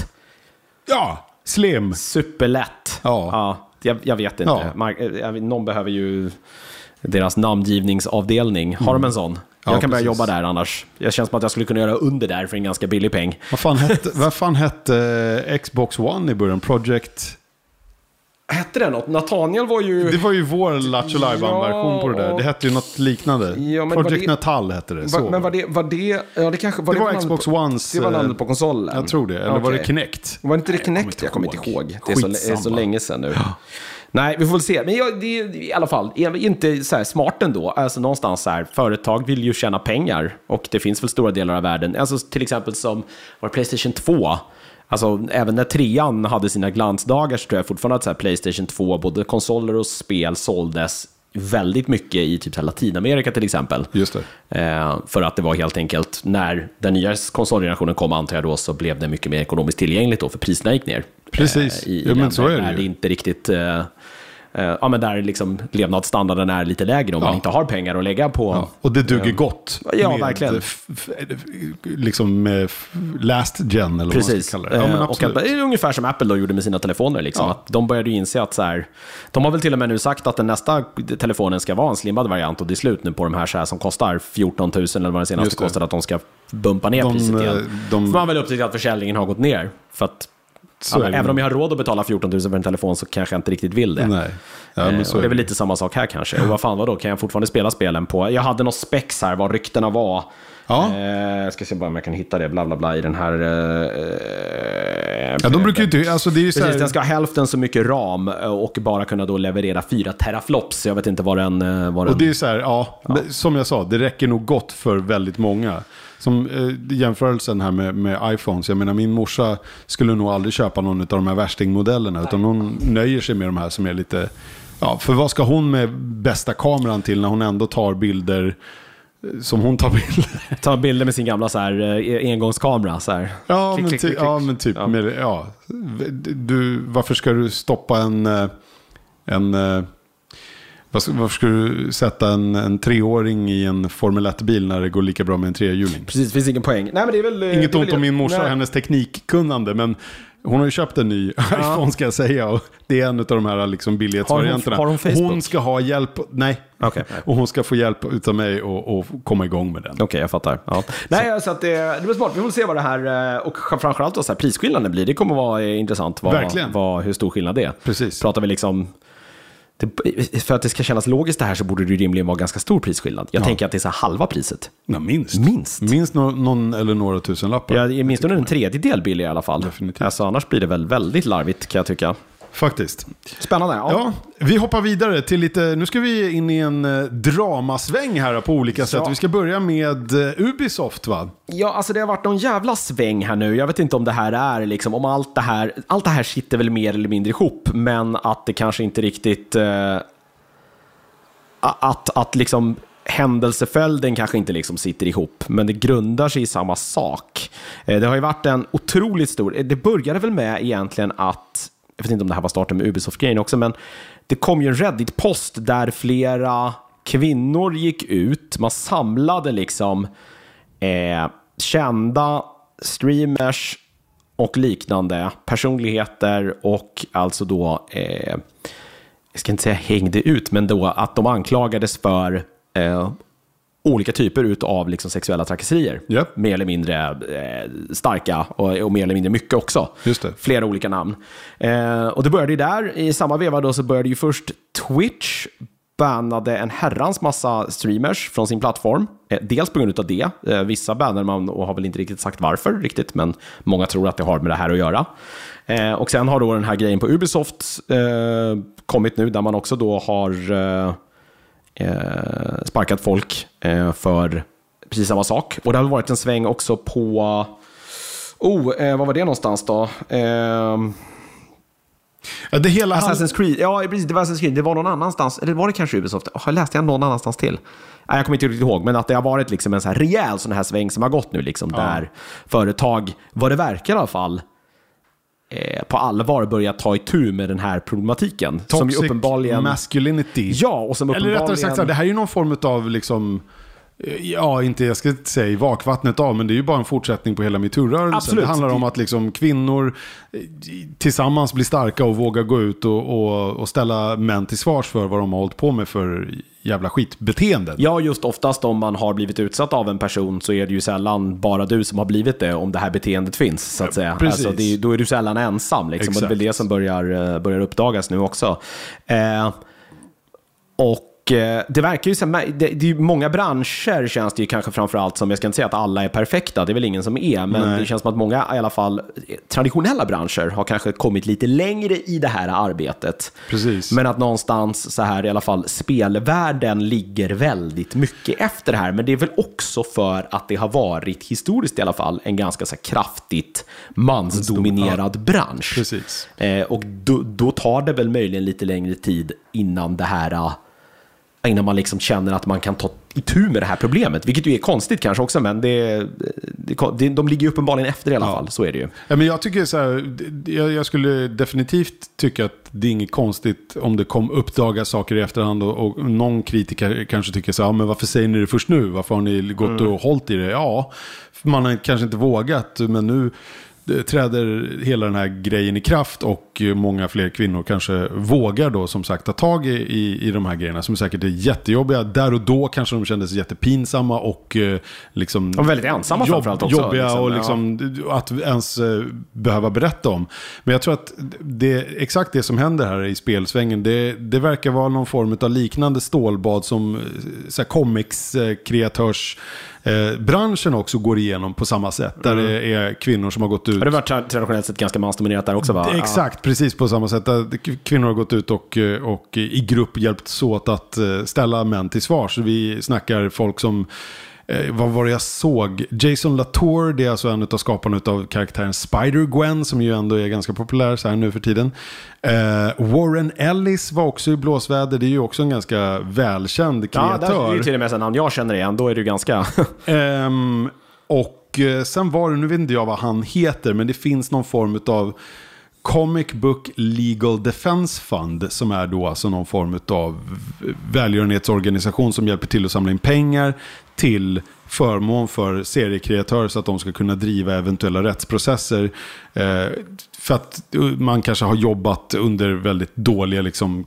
Ja, slim. Superlätt. Ja. Jag vet inte. Någon behöver ju deras namngivningsavdelning. Har de en sån? Jag kan börja jobba där annars. Jag känns som att jag skulle kunna göra under där för en ganska billig peng. Vad fan hette Xbox One i början? Project... Hette det något? Nathaniel var ju... Det var ju vår Lattjo Lajban-version på det där. Det hette ju något liknande. Ja, Project Natal hette det. Så. Men var det... Ja, det kanske... Det var Xbox Ones... Det var namnet på konsolen. Jag tror det. Eller var det Kinect? Var inte det Kinect? Jag kommer inte ihåg. Det är så länge sedan nu. Ja. Nej, vi får väl se. Men det är i alla fall inte så här smart ändå. Alltså någonstans så här, företag vill ju tjäna pengar. Och det finns väl stora delar av världen. Alltså till exempel som var PlayStation 2. Alltså även när 3an hade sina glansdagar så tror jag fortfarande att så här, PlayStation 2, både konsoler och spel såldes väldigt mycket i typ så här Latinamerika till exempel. Just det. För att det var helt enkelt, när den nya konsolgenerationen kom antar jag då, så blev det mycket mer ekonomiskt tillgängligt då, för priserna gick ner. Precis, men så är det ju. Det inte riktigt... men där liksom levnadsstandarden är lite lägre om man inte har pengar att lägga på. Ja. Och det duger gott. Ja, verkligen. Liksom med last gen eller precis. Vad man ska kalla det. Ja, men och att, det är ungefär som Apple då gjorde med sina telefoner. Liksom, att de började ju inse att så här, de har väl till och med nu sagt att den nästa telefonen ska vara en slimmad variant och det är slut nu på de här, så här som kostar 14 000 eller vad det senaste kostar, att de ska bumpa ner priset igen. För man väl upptäckt att försäljningen har gått ner. För att även om jag har råd att betala 14 000 för en telefon så kanske jag inte riktigt vill det. Nej. Ja, men så och det är väl lite samma sak här kanske. Och vad fan var då? Kan jag fortfarande spela spelen på? Jag hade något spex här, vad ryktena var. Jag ska se bara om jag kan hitta det, bla bla bla, i den här... de brukar ju inte... Alltså det är ju precis, den ska ha hälften så mycket ram och bara kunna då leverera 4 teraflops. Jag vet inte vad den... Och det är så här, som jag sa, det räcker nog gott för väldigt många. Som jämförelsen här med iPhones. Jag menar, min morsa skulle nog aldrig köpa någon av de här värstingmodellerna. Utan hon nöjer sig med de här som är lite... Ja, för vad ska hon med bästa kameran till när hon ändå tar bilder som hon tar bilder? Tar bilder med sin gamla så här, engångskamera. Så här. Ja, men typ. Ja. Med, varför ska du stoppa en Varför ska du sätta en 3-åring i en Formel 1-bil när det går lika bra med en 3-hjuling? Precis, det finns ingen poäng. Nej, men det är väl, inget ont om min morsa och hennes teknikkunnande, men hon har ju köpt en ny iPhone ska jag säga, och det är en av de här liksom billighetsvarianterna. Har hon Facebook? Hon ska ha hjälp, nej. Okay. Och hon ska få hjälp utav mig och komma igång med den. Okej, jag fattar. Ja. Nej, så att det blir smart. Vi får se vad det här, och framförallt då så här prisskillnaden blir. Det kommer vara intressant hur stor skillnad det är. Precis. Pratar vi liksom... för att det ska kännas logiskt det här så borde det rimligen vara ganska stor prisskillnad. Jag tänker att det är så halva priset. Ja, minst någon eller några tusenlappar. Ja, minst en tredjedel billig i alla fall. Definitivt. Alltså, annars blir det väl väldigt larvigt kan jag tycka. Faktiskt. Spännande. Ja, vi hoppar vidare till lite, nu ska vi in i en dramasväng här på olika sätt. Vi ska börja med Ubisoft, va? Ja, alltså det har varit någon jävla sväng här nu. Jag vet inte om det här är liksom, om allt det här sitter väl mer eller mindre ihop, men att det kanske inte riktigt att liksom händelseföljden kanske inte liksom sitter ihop, men det grundar sig i samma sak. Det har ju varit en otroligt stor, det började väl med egentligen att, jag vet inte om det här var starten med Ubisoft-grejen också, men det kom ju en Reddit-post där flera kvinnor gick ut. Man samlade liksom kända streamers och liknande personligheter och alltså då jag ska inte säga hängde ut, men då att de anklagades för olika typer av liksom sexuella trakasserier. Yep. Mer eller mindre starka och mer eller mindre mycket också. Just det. Flera olika namn. Och det började ju där. I samma veva då så började ju först Twitch bannade en herrans massa streamers från sin plattform. Dels på grund av det. Vissa bannade man och har väl inte riktigt sagt varför riktigt, men många tror att det har med det här att göra. Och sen har då den här grejen på Ubisoft kommit nu, där man också då har sparkat folk för precis samma sak. Och det har varit en sväng också på vad var det någonstans då? Ja, det hela Assassin's Creed. Ja, precis, det var Assassin's Creed. Det var någon annanstans, eller var det kanske Ubisoft? Läste jag någon annanstans till? Jag kommer inte riktigt ihåg, men att det har varit liksom en så här rejäl sån här sväng som har gått nu liksom, där företag, vad det verkar i alla fall, på allvar börja ta itu med den här problematiken. Toxic som ju uppenbarligen masculinity. Ja, och som uppenbarligen... Eller rättare sagt, det här är ju någon form av liksom... Ja, inte, jag ska inte säga vakvattnet av, men det är ju bara en fortsättning på hela MeToo-rörelsen. Det handlar om att liksom kvinnor tillsammans blir starka och vågar gå ut och ställa män till svars för vad de har hållit på med för jävla skitbeteenden. Ja, just oftast om man har blivit utsatt av en person så är det ju sällan bara du som har blivit det, om det här beteendet finns, så att säga. Precis. Alltså, då är du sällan ensam liksom, och det är väl det som börjar uppdagas nu också. Och det verkar ju som, det är ju många branscher, känns det ju kanske framförallt som, jag ska inte säga att alla är perfekta, det är väl ingen som är, men det känns som att många i alla fall traditionella branscher har kanske kommit lite längre i det här arbetet. Precis. Men att någonstans så här i alla fall spelvärlden ligger väldigt mycket efter det här, men det är väl också för att det har varit historiskt i alla fall en ganska så här kraftigt mansdominerad bransch. Precis. Och då tar det väl möjligen lite längre tid innan det här, innan man liksom känner att man kan ta itu med det här problemet, vilket ju är konstigt kanske också, men de ligger ju uppenbarligen efter i alla fall, så är det ju. Ja, men jag tycker så här, jag skulle definitivt tycka att det är inget konstigt om det uppdagas saker i efterhand och någon kritiker kanske tycker så här, men varför säger ni det först nu? Varför har ni gått och hållit i det? Ja, man har kanske inte vågat, men nu träder hela den här grejen i kraft och många fler kvinnor kanske vågar då som sagt ta tag i de här grejerna som säkert är jättejobbiga. Där och då kanske de kändes jättepinsamma och liksom och väldigt ensamma framförallt också. Jobbiga liksom, och liksom att ens behöva berätta om. Men jag tror att exakt det som händer här i spelsvängen, det verkar vara någon form av liknande stålbad som så här, comics-kreatörs branschen också går igenom på samma sätt. Där det är kvinnor som har gått ut. Det har varit traditionellt sett ganska mansdominerat där också, va? Exakt, precis på samma sätt. Där kvinnor har gått ut och i grupp hjälpts åt att ställa män till svars. Vi snackar folk som vad var det jag såg? Jason Latour, det är alltså en av skaparna av karaktären Spider-Gwen som ju ändå är ganska populär så här nu för tiden. Warren Ellis var också i blåsväder. Det är ju också en ganska välkänd kreatör. Ja, det är ju till och med en namn jag känner igen. Då är det ju ganska... och sen var det, nu vet inte jag vad han heter, men det finns någon form av Comic Book Legal Defense Fund, som är då alltså någon form av välgörenhetsorganisation som hjälper till att samla in pengar till förmån för seriekreatörer så att de ska kunna driva eventuella rättsprocesser, för att man kanske har jobbat under väldigt dåliga liksom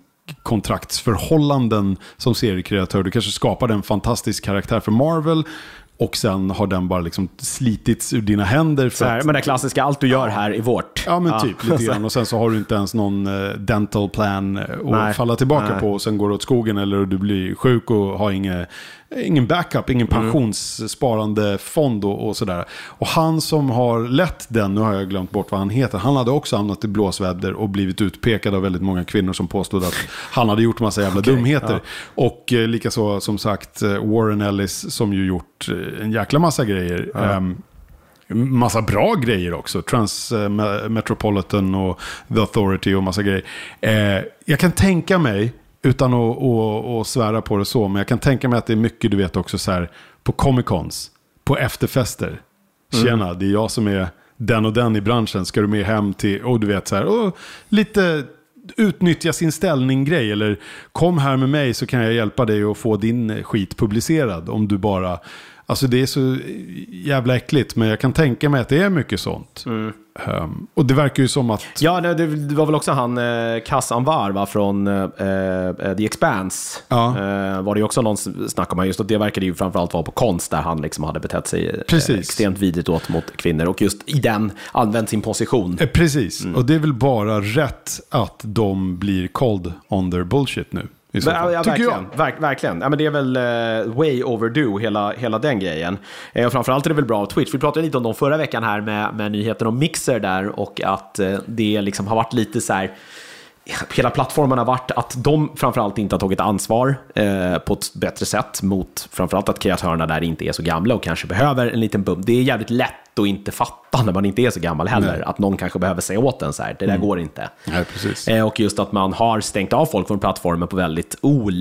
kontraktsförhållanden som seriekreatör. Du kanske skapar en fantastisk karaktär för Marvel och sen har den bara liksom slitits ur dina händer. För här, men det klassiska, allt du gör här är vårt. Ja, men typ lite grann. Och sen så har du inte ens någon dental plan att falla tillbaka på. Och sen går det åt skogen eller du blir sjuk och har ingen backup, ingen pensionssparande fond och sådär. Och han som har lett den, nu har jag glömt bort vad han heter, han hade också hamnat i blåsväder och blivit utpekad av väldigt många kvinnor som påstod att han hade gjort massa jävla dumheter. Ja. Och likaså som sagt Warren Ellis som ju gjort en jäkla massa grejer. Ja. Massa bra grejer också. Metropolitan och The Authority och massa grejer. Jag kan tänka mig, utan att svära på det så, men jag kan tänka mig att det är mycket, du vet också så här, på Comic-Cons, på efterfester. Tjena, det är jag som är den och den i branschen. Ska du med hem till, och du vet så här, och lite utnyttja sin ställning-grej, eller kom här med mig så kan jag hjälpa dig att få din skit publicerad om du bara... Alltså det är så jävla äckligt, men jag kan tänka mig att det är mycket sånt. Och det verkar ju som att... Ja, det var väl också han Kass Anwar, va, från The Expanse. Ja. Var det ju också någon snack om, just att det verkade ju framförallt vara på konst där han liksom hade betett sig extremt vidrigt åt mot kvinnor och just i den använt sin position. Precis, och det är väl bara rätt att de blir called on their bullshit nu. Ja, verkligen. Ja, men det är väl way overdue hela den grejen. Och framförallt är det väl bra av Twitch. Vi pratade lite om dem förra veckan här med nyheten om Mixer där, och att det liksom har varit lite så här, hela plattformen har varit att de framförallt inte har tagit ansvar på ett bättre sätt mot framförallt att kreatörerna där inte är så gamla och kanske behöver en liten bump. Det är jävligt lätt att inte fatta när man inte är så gammal heller. Nej. Att någon kanske behöver säga åt en så här, det där går inte. Nej, precis. Och just att man har stängt av folk från plattformen på väldigt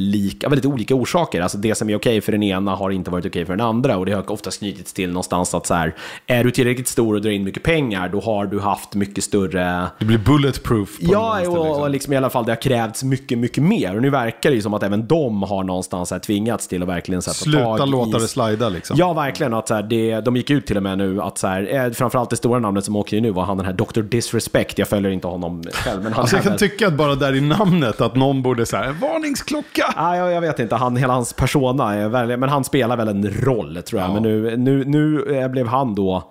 olika orsaker. Alltså det som är okej för den ena har inte varit okej för den andra, och det har ofta knutits till någonstans att så här, är du tillräckligt stor och drar in mycket pengar, då har du haft mycket större... Det blir bulletproof. Ja, och liksom i alla fall det har krävts mycket mer, och nu verkar det ju som att även de har någonstans här tvingats till att verkligen sätta sluta låta det slida liksom. Ja, verkligen, att så här, de gick ut till och med nu att så här, framförallt det stora namnet som åker nu var han den här Dr. Disrespect. Jag följer inte honom själv, men han alltså jag kan tycka att bara där i namnet att någon borde säga en varningsklocka. Jag vet inte, hela hans persona är väl, men han spelar väl en roll, tror jag. Ja. Men nu blev han då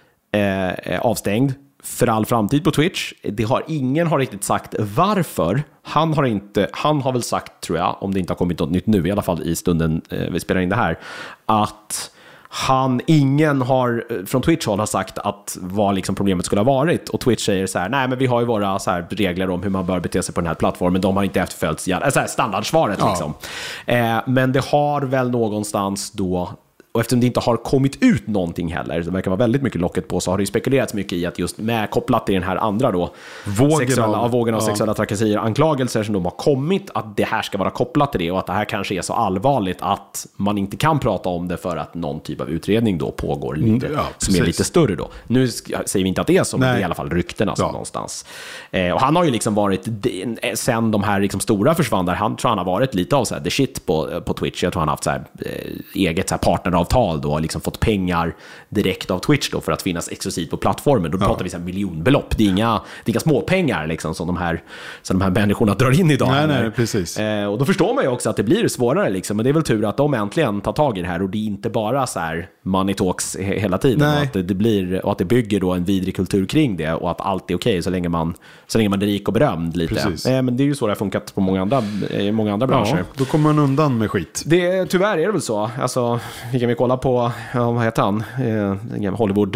avstängd för all framtid på Twitch. Ingen har riktigt sagt varför. Han har väl sagt, tror jag, om det inte har kommit något nytt nu, i alla fall i stunden vi spelar in det här, att ingen har från Twitch-håll har sagt att vad liksom problemet skulle ha varit, och Twitch säger så här: nej, men vi har ju våra så här regler om hur man bör bete sig på den här plattformen, de har inte efterföljts, så här standardsvaret liksom. Men det har väl någonstans då, och eftersom det inte har kommit ut någonting heller, det verkar vara väldigt mycket locket på, så har det ju spekulerats mycket i att just med kopplat till den här andra då vågen av sexuella trakasserier, anklagelser som de har kommit, att det här ska vara kopplat till det, och att det här kanske är så allvarligt att man inte kan prata om det för att någon typ av utredning då pågår lite, som är lite större då. Nu säger vi inte att det är så, men det är i alla fall ryktena som någonstans. Och han har ju liksom varit, sen de här liksom stora försvann där, han tror han har varit lite av så här the shit på Twitch. Jag tror han har haft så här eget så här partneravtal då, liksom fått pengar direkt av Twitch då för att finnas exklusivt på plattformen. Då pratar vi så här miljonbelopp. Det är inga småpengar liksom som de här människorna drar in idag. Nej, precis. Och då förstår man ju också att det blir svårare liksom, men det är väl tur att de äntligen tar tag i det här, och det är inte bara så här money talks hela tiden, och att det blir, och att det bygger då en vidrig kultur kring det, och att allt är okej så länge man är rik och berömd lite. Men det är ju så det har funkat på många andra branscher. Ja, då kommer man undan med skit. Tyvärr är det väl så. Alltså, vi kan kolla på, vad heter han? Hollywood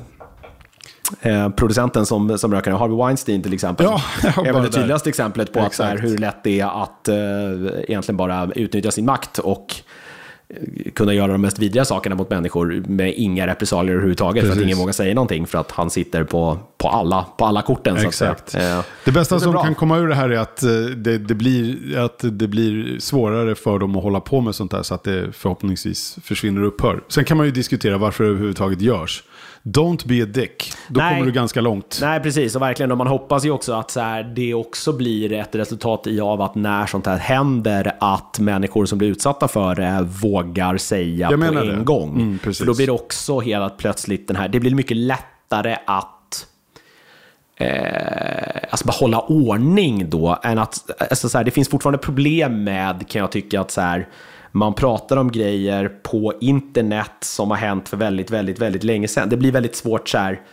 producenten som rökar, Harvey Weinstein till exempel. Är väl det tydligaste exemplet på att så här, hur lätt det är att egentligen bara utnyttja sin makt och kunna göra de mest vidriga sakerna mot människor med inga repressalier överhuvudtaget. För att ingen vågar säga någonting, för att han sitter på alla korten. Exakt. Så att det bästa som kan komma ur det här är att det blir svårare för dem att hålla på med sånt här, så att det förhoppningsvis försvinner och upphör. Sen kan man ju diskutera varför det överhuvudtaget görs. don't be a dick. Då kommer du ganska långt. Nej, precis. Och verkligen, och man hoppas ju också att så här, det också blir ett resultat av att när sånt här händer, att människor som blir utsatta för det vågar säga på en gång. För då blir det också helt plötsligt det blir mycket lättare att alltså bara hålla ordning då, än att alltså så här, det finns fortfarande problem med, kan jag tycka, att så här, man pratar om grejer på internet som har hänt för väldigt, väldigt, väldigt länge sedan. Det blir väldigt svårt så här,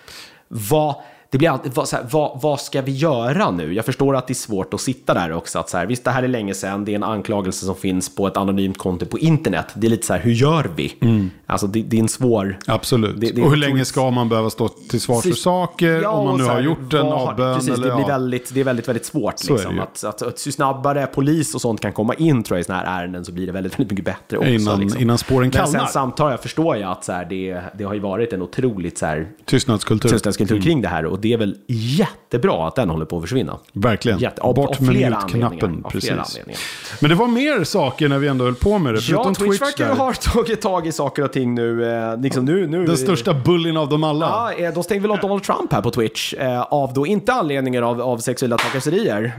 vad ska vi göra nu? Jag förstår att det är svårt att sitta där också. Att så här, visst, det här är länge sedan. Det är en anklagelse som finns på ett anonymt konto på internet. Det är lite så här, hur gör vi? Alltså det är en svår... Absolut. Och hur länge ska man behöva stå till svars för saker? Om man nu har gjort en avbön? Precis, eller, det är väldigt, väldigt svårt. Liksom, att ju snabbare polis och sånt kan komma in, tror jag, i såna här ärenden, så blir det väldigt, väldigt mycket bättre också. Innan spåren kallnar. Men sen förstår jag att så här, det har ju varit en otroligt så här, tystnadskultur kring det här. Och det är väl jättebra att den håller på att försvinna. Verkligen. Bort med mute-knappen. Precis. Men det var mer saker när vi ändå höll på med det. Ja, Twitch verkar ha tagit tag i saker och ting nu. Liksom nu den största bullin av dem alla. Ja, de stängde väl av Donald Trump här på Twitch. Av då inte anledningar av sexuella trakasserier.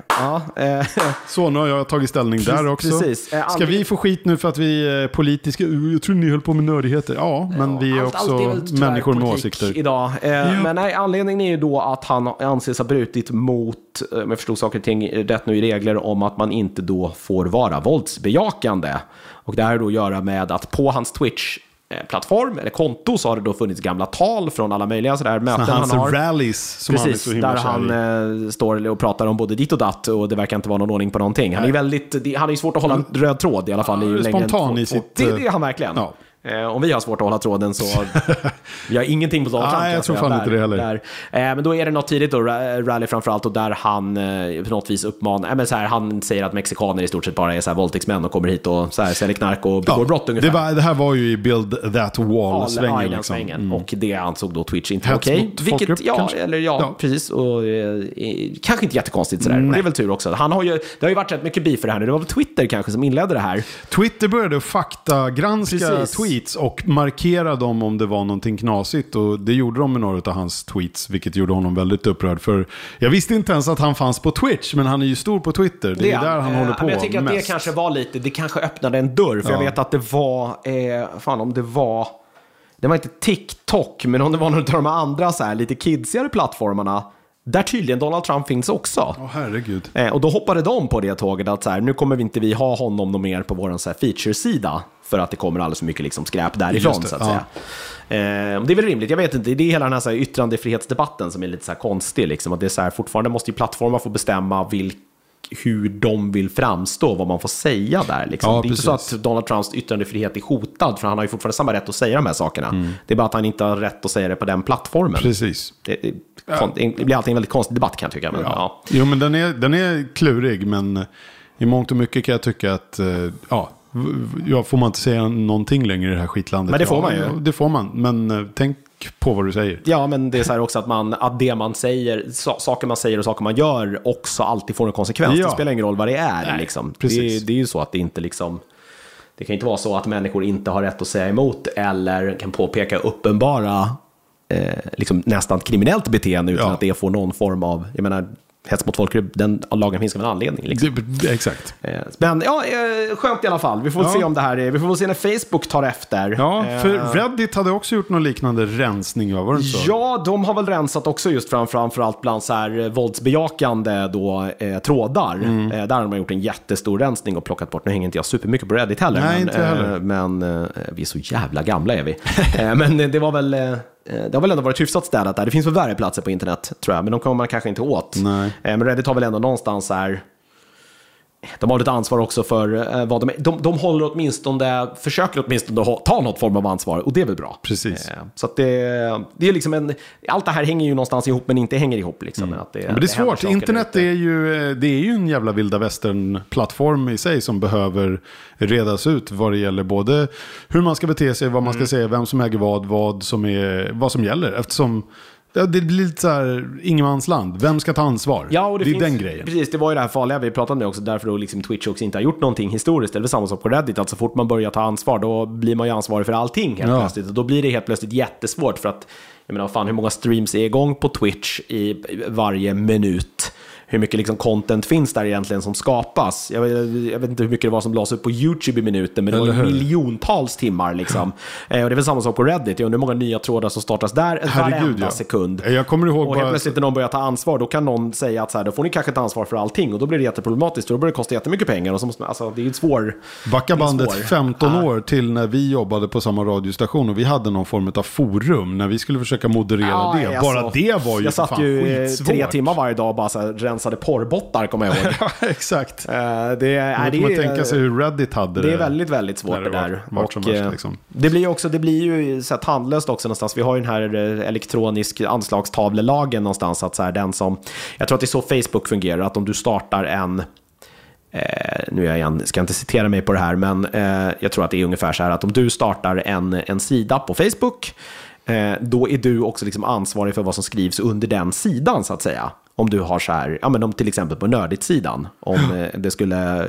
Så nu har jag tagit ställning där också. Precis. Ska vi få skit nu för att vi är politiska? Jag tror ni höll på med nördigheter. Ja, men vi är också människor med åsikter idag. Men nej, anledningen är ju då att han anses ha brutit mot, om jag förstod saker och ting rätt nu, i regler om att man inte då får vara våldsbejakande. Och det här har då att göra med att på hans Twitch-plattform eller konto så har det då funnits gamla tal från alla möjliga sådär möten han har. Rallies som precis, han är så himla där han står och pratar om både dit och datt, och det verkar inte vara någon ordning på någonting. Han är ju svårt att hålla en röd tråd i alla fall. Spontan i sitt... Det är han verkligen. Ja. Om vi har svårt att hålla tråden så vi har ingenting på Donald Trump. Nej, jag tror fan inte det heller. Men då är det något tidigt då, rally framförallt, och där han på något vis uppmanar, men så här, han säger att mexikaner i stort sett bara är så här våldtäktsmän och kommer hit och så här säljer knark och begår brott ungefär. Det här var ju i Build That Wall-svängen. Liksom. Och det ansåg då Twitch inte okej. Vilket, precis. Och kanske inte jättekonstigt sådär. Det är väl tur också. Det har ju varit rätt mycket beef för det här nu. Det var väl Twitter kanske som inledde det här. Twitter började faktagranska tweets och markera dem om det var någonting knasigt, och det gjorde de med några av hans tweets, vilket gjorde honom väldigt upprörd. För jag visste inte ens att han fanns på Twitch, men han är ju stor på Twitter. Det är där han håller på. Men jag tycker att det kanske var lite, det kanske öppnade en dörr, för jag vet att det var det var inte TikTok, men om det var någon av de andra så här lite kidsigare plattformarna där tydligen Donald Trump finns också. Herregud. Och då hoppade de på det tåget att så här, nu kommer vi inte ha honom någon mer på vår så här feature-sida, för att det kommer alldeles för mycket liksom skräp därifrån, så att säga. Det är väl rimligt, jag vet inte, det är hela den här, så här yttrandefrihetsdebatten som är lite så här konstig liksom, att det är så här, fortfarande måste ju plattformar få bestämma hur de vill framstå, vad man får säga där liksom. Det är inte så att Donald Trumps yttrandefrihet är hotad, för han har ju fortfarande samma rätt att säga de här sakerna. Det är bara att han inte har rätt att säga det på den plattformen. Precis. Det blir alltid en väldigt konstig debatt, kan jag tycka. Men, Jo, men den är klurig, men i mångt och mycket kan jag tycka att får man inte säga någonting längre i det här skitlandet. Men det får man ju. Det får man, men tänk på vad du säger. Ja, men det är så här också att det man säger, saker man säger och saker man gör också alltid får en konsekvens. Det spelar ingen roll vad det är. Nej, liksom. Det är ju så att det inte liksom... Det kan inte vara så att människor inte har rätt att säga emot eller kan påpeka uppenbara liksom nästan kriminellt beteende utan att det får någon form av... Jag menar, hets mot folkgrupp, den lagen finns av en anledning. Liksom. Exakt. Men skönt i alla fall. Vi får se om det här är... Vi får se när Facebook tar efter. Ja, för Reddit hade också gjort någon liknande rensning, var det så? Ja, de har väl rensat också just framförallt bland så här våldsbejakande trådar. Där har man gjort en jättestor rensning och plockat bort. Nu hänger inte jag supermycket på Reddit heller. Nej, inte heller. Men vi är så jävla gamla är vi. Men det var väl... Det har väl ändå varit hyfsat städat där. Det finns väl värre platser på internet, tror jag. Men de kommer man kanske inte åt. Nej. Men Reddit har väl ändå någonstans här... De har lite ansvar också för vad de håller försöker åtminstone ta något form av ansvar. Och det är väl bra. Precis. Så att det är liksom allt det här hänger ju någonstans ihop, men inte hänger ihop liksom. Men det är svårt. Internet är ju en jävla vilda västern-plattform i sig som behöver redas ut vad det gäller både hur man ska bete sig, vad man ska säga, vem som äger vad som gäller. Eftersom Det blir lite så här ingenmansland. Vem ska ta ansvar? Ja, och det är finns, den grejen. Precis, det var ju det här farliga vi pratade om det också, därför då liksom Twitch också inte har gjort någonting historiskt. Eller samma sak på Reddit, att så fort man börjar ta ansvar då blir man ju ansvarig för allting helt plötsligt. Och då blir det helt plötsligt jättesvårt för att, jag menar, fan, hur många streams är igång på Twitch i varje minut? Hur mycket liksom content finns där egentligen som skapas? Jag vet inte hur mycket det var som lades upp på YouTube i minuten, men det var miljontals timmar liksom. Och det är väl samma sak på Reddit. Jag undrar hur många nya trådar som startas där varenda sekund. Jag kommer ihåg och helt plötsligt när någon börjar ta ansvar, då kan någon säga att så här, då får ni kanske ta ansvar för allting, och då blir det jätteproblematiskt och då börjar det kosta jättemycket pengar och så måste man, alltså, det är ju svår. Backa bandet 15 år till när vi jobbade på samma radiostation och vi hade någon form av forum när vi skulle försöka moderera det. Alltså, bara det var ju jag satt ju skitsvårt. 3 timmar varje dag och bara så här, rensade porrbottar, kommer jag ihåg. Ja, exakt. Det man tänka sig hur Reddit hade det. Det är väldigt, väldigt svårt det där. Och liksom. Det blir ju så här tandlöst också någonstans. Vi har ju den här elektronisk anslagstavlelagen någonstans, att så här, den som, jag tror att det är så Facebook fungerar, att om du startar en nu ska jag inte citera mig på det här, men jag tror att det är ungefär så här, att om du startar en sida på Facebook, då är du också liksom ansvarig för vad som skrivs under den sidan, så att säga. Om du har så här, ja men om till exempel på Nördigt-sidan, om det skulle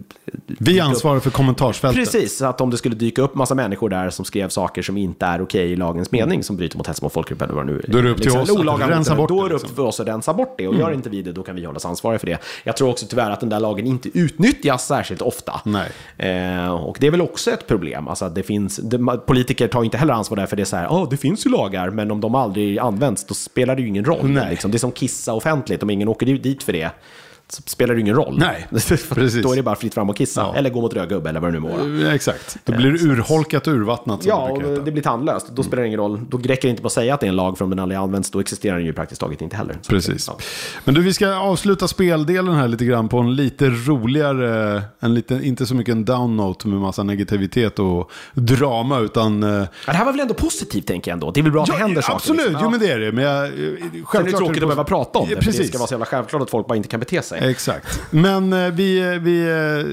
vi ansvarar för kommentarsfältet. Precis, så att om det skulle dyka upp massa människor där som skrev saker som inte är okej i lagens mening, som bryter mot hets mot folkgrupp eller vad nu, då är det upp till oss att rensa bort det. Då är det upp för oss att rensa bort det, och gör inte vi det, då kan vi hållas ansvariga för det. Jag tror också tyvärr att den där lagen inte utnyttjas särskilt ofta. Nej. Och det är väl också ett problem, alltså att politiker tar inte heller ansvar där, för det är så här, det finns ju lagar, men om de aldrig används, då spelar det ju ingen roll. Liksom. Det är som kissa offentligt, om ingen åker dit för det, så spelar det ingen roll. Nej, precis. Då är det bara fritt fram och kissa, eller gå mot rödgubbe eller vad det nu må vara. Exakt, då blir det urholkat och urvattnat. Ja, och det blir tandlöst. Då spelar det ingen roll. Då räcker det inte på att säga att det är en lag, för om den aldrig används, då existerar den ju praktiskt taget inte heller. Precis. Men du, vi ska avsluta speldelen här lite grann på en lite roligare, inte så mycket en down note med massa negativitet och drama, utan det här var väl ändå positivt, tänker jag ändå. Det är väl bra att det händer saker. Absolut, liksom. Jo men det är det. Men självklart är det tråkigt att behöva prata om det. Precis. Det ska vara så jävla självklart att folk bara inte kan bete sig. Exakt. Men vi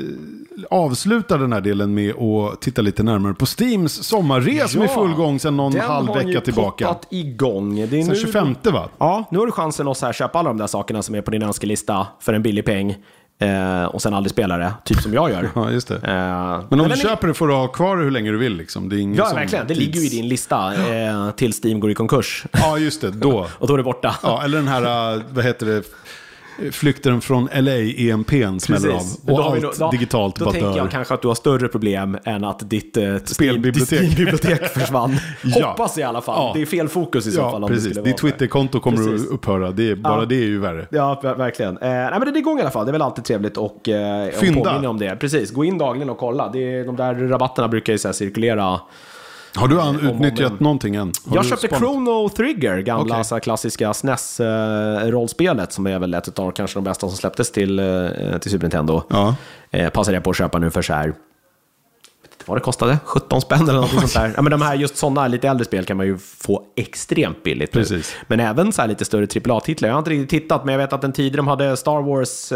avslutar den här delen med att titta lite närmare på Steams sommarres med full gång sedan någon halv vecka tillbaka. Den har ju igång. Det är sen 25, va? Ja, nu har du chansen att så här köpa alla de där sakerna som är på din önskelista för en billig peng. Och sen aldrig spela det, typ som jag gör. Ja, just det. Men om du köper det får du ha kvar det hur länge du vill liksom. Det är ingen verkligen. Det ligger ju i din lista till Steam går i konkurs. Ja, just det. Då. Och då är det borta. Ja, eller den här, vad heter det? Flykten från LA, EMP:n smäller av. Och allt digitalt bara dör. Då tänker jag kanske att du har större problem än att ditt Steam-bibliotek försvann. Hoppas i alla fall. Ja. Det är fel fokus i så fall. Precis. Ditt Twitter-konto kommer att upphöra. Det är ju värre. Ja, verkligen. Nej, men det är igång i alla fall. Det är väl alltid trevligt och påminna om det. Precis. Gå in dagligen och kolla. De där rabatterna brukar ju så här cirkulera. Har du utnyttjat någonting än? Jag köpte Chrono Trigger, gamla så här klassiska SNES-rollspelet, som är väl ett av kanske de bästa som släpptes till Super Nintendo. Ja. Passade jag på att köpa nu för så här, vad det kostade? 17 spänn eller något sånt där. Ja, men de här just sådana lite äldre spel kan man ju få extremt billigt. Precis. Men även så här lite större AAA-titlar. Jag har inte riktigt tittat, men jag vet att en tid de hade Star Wars...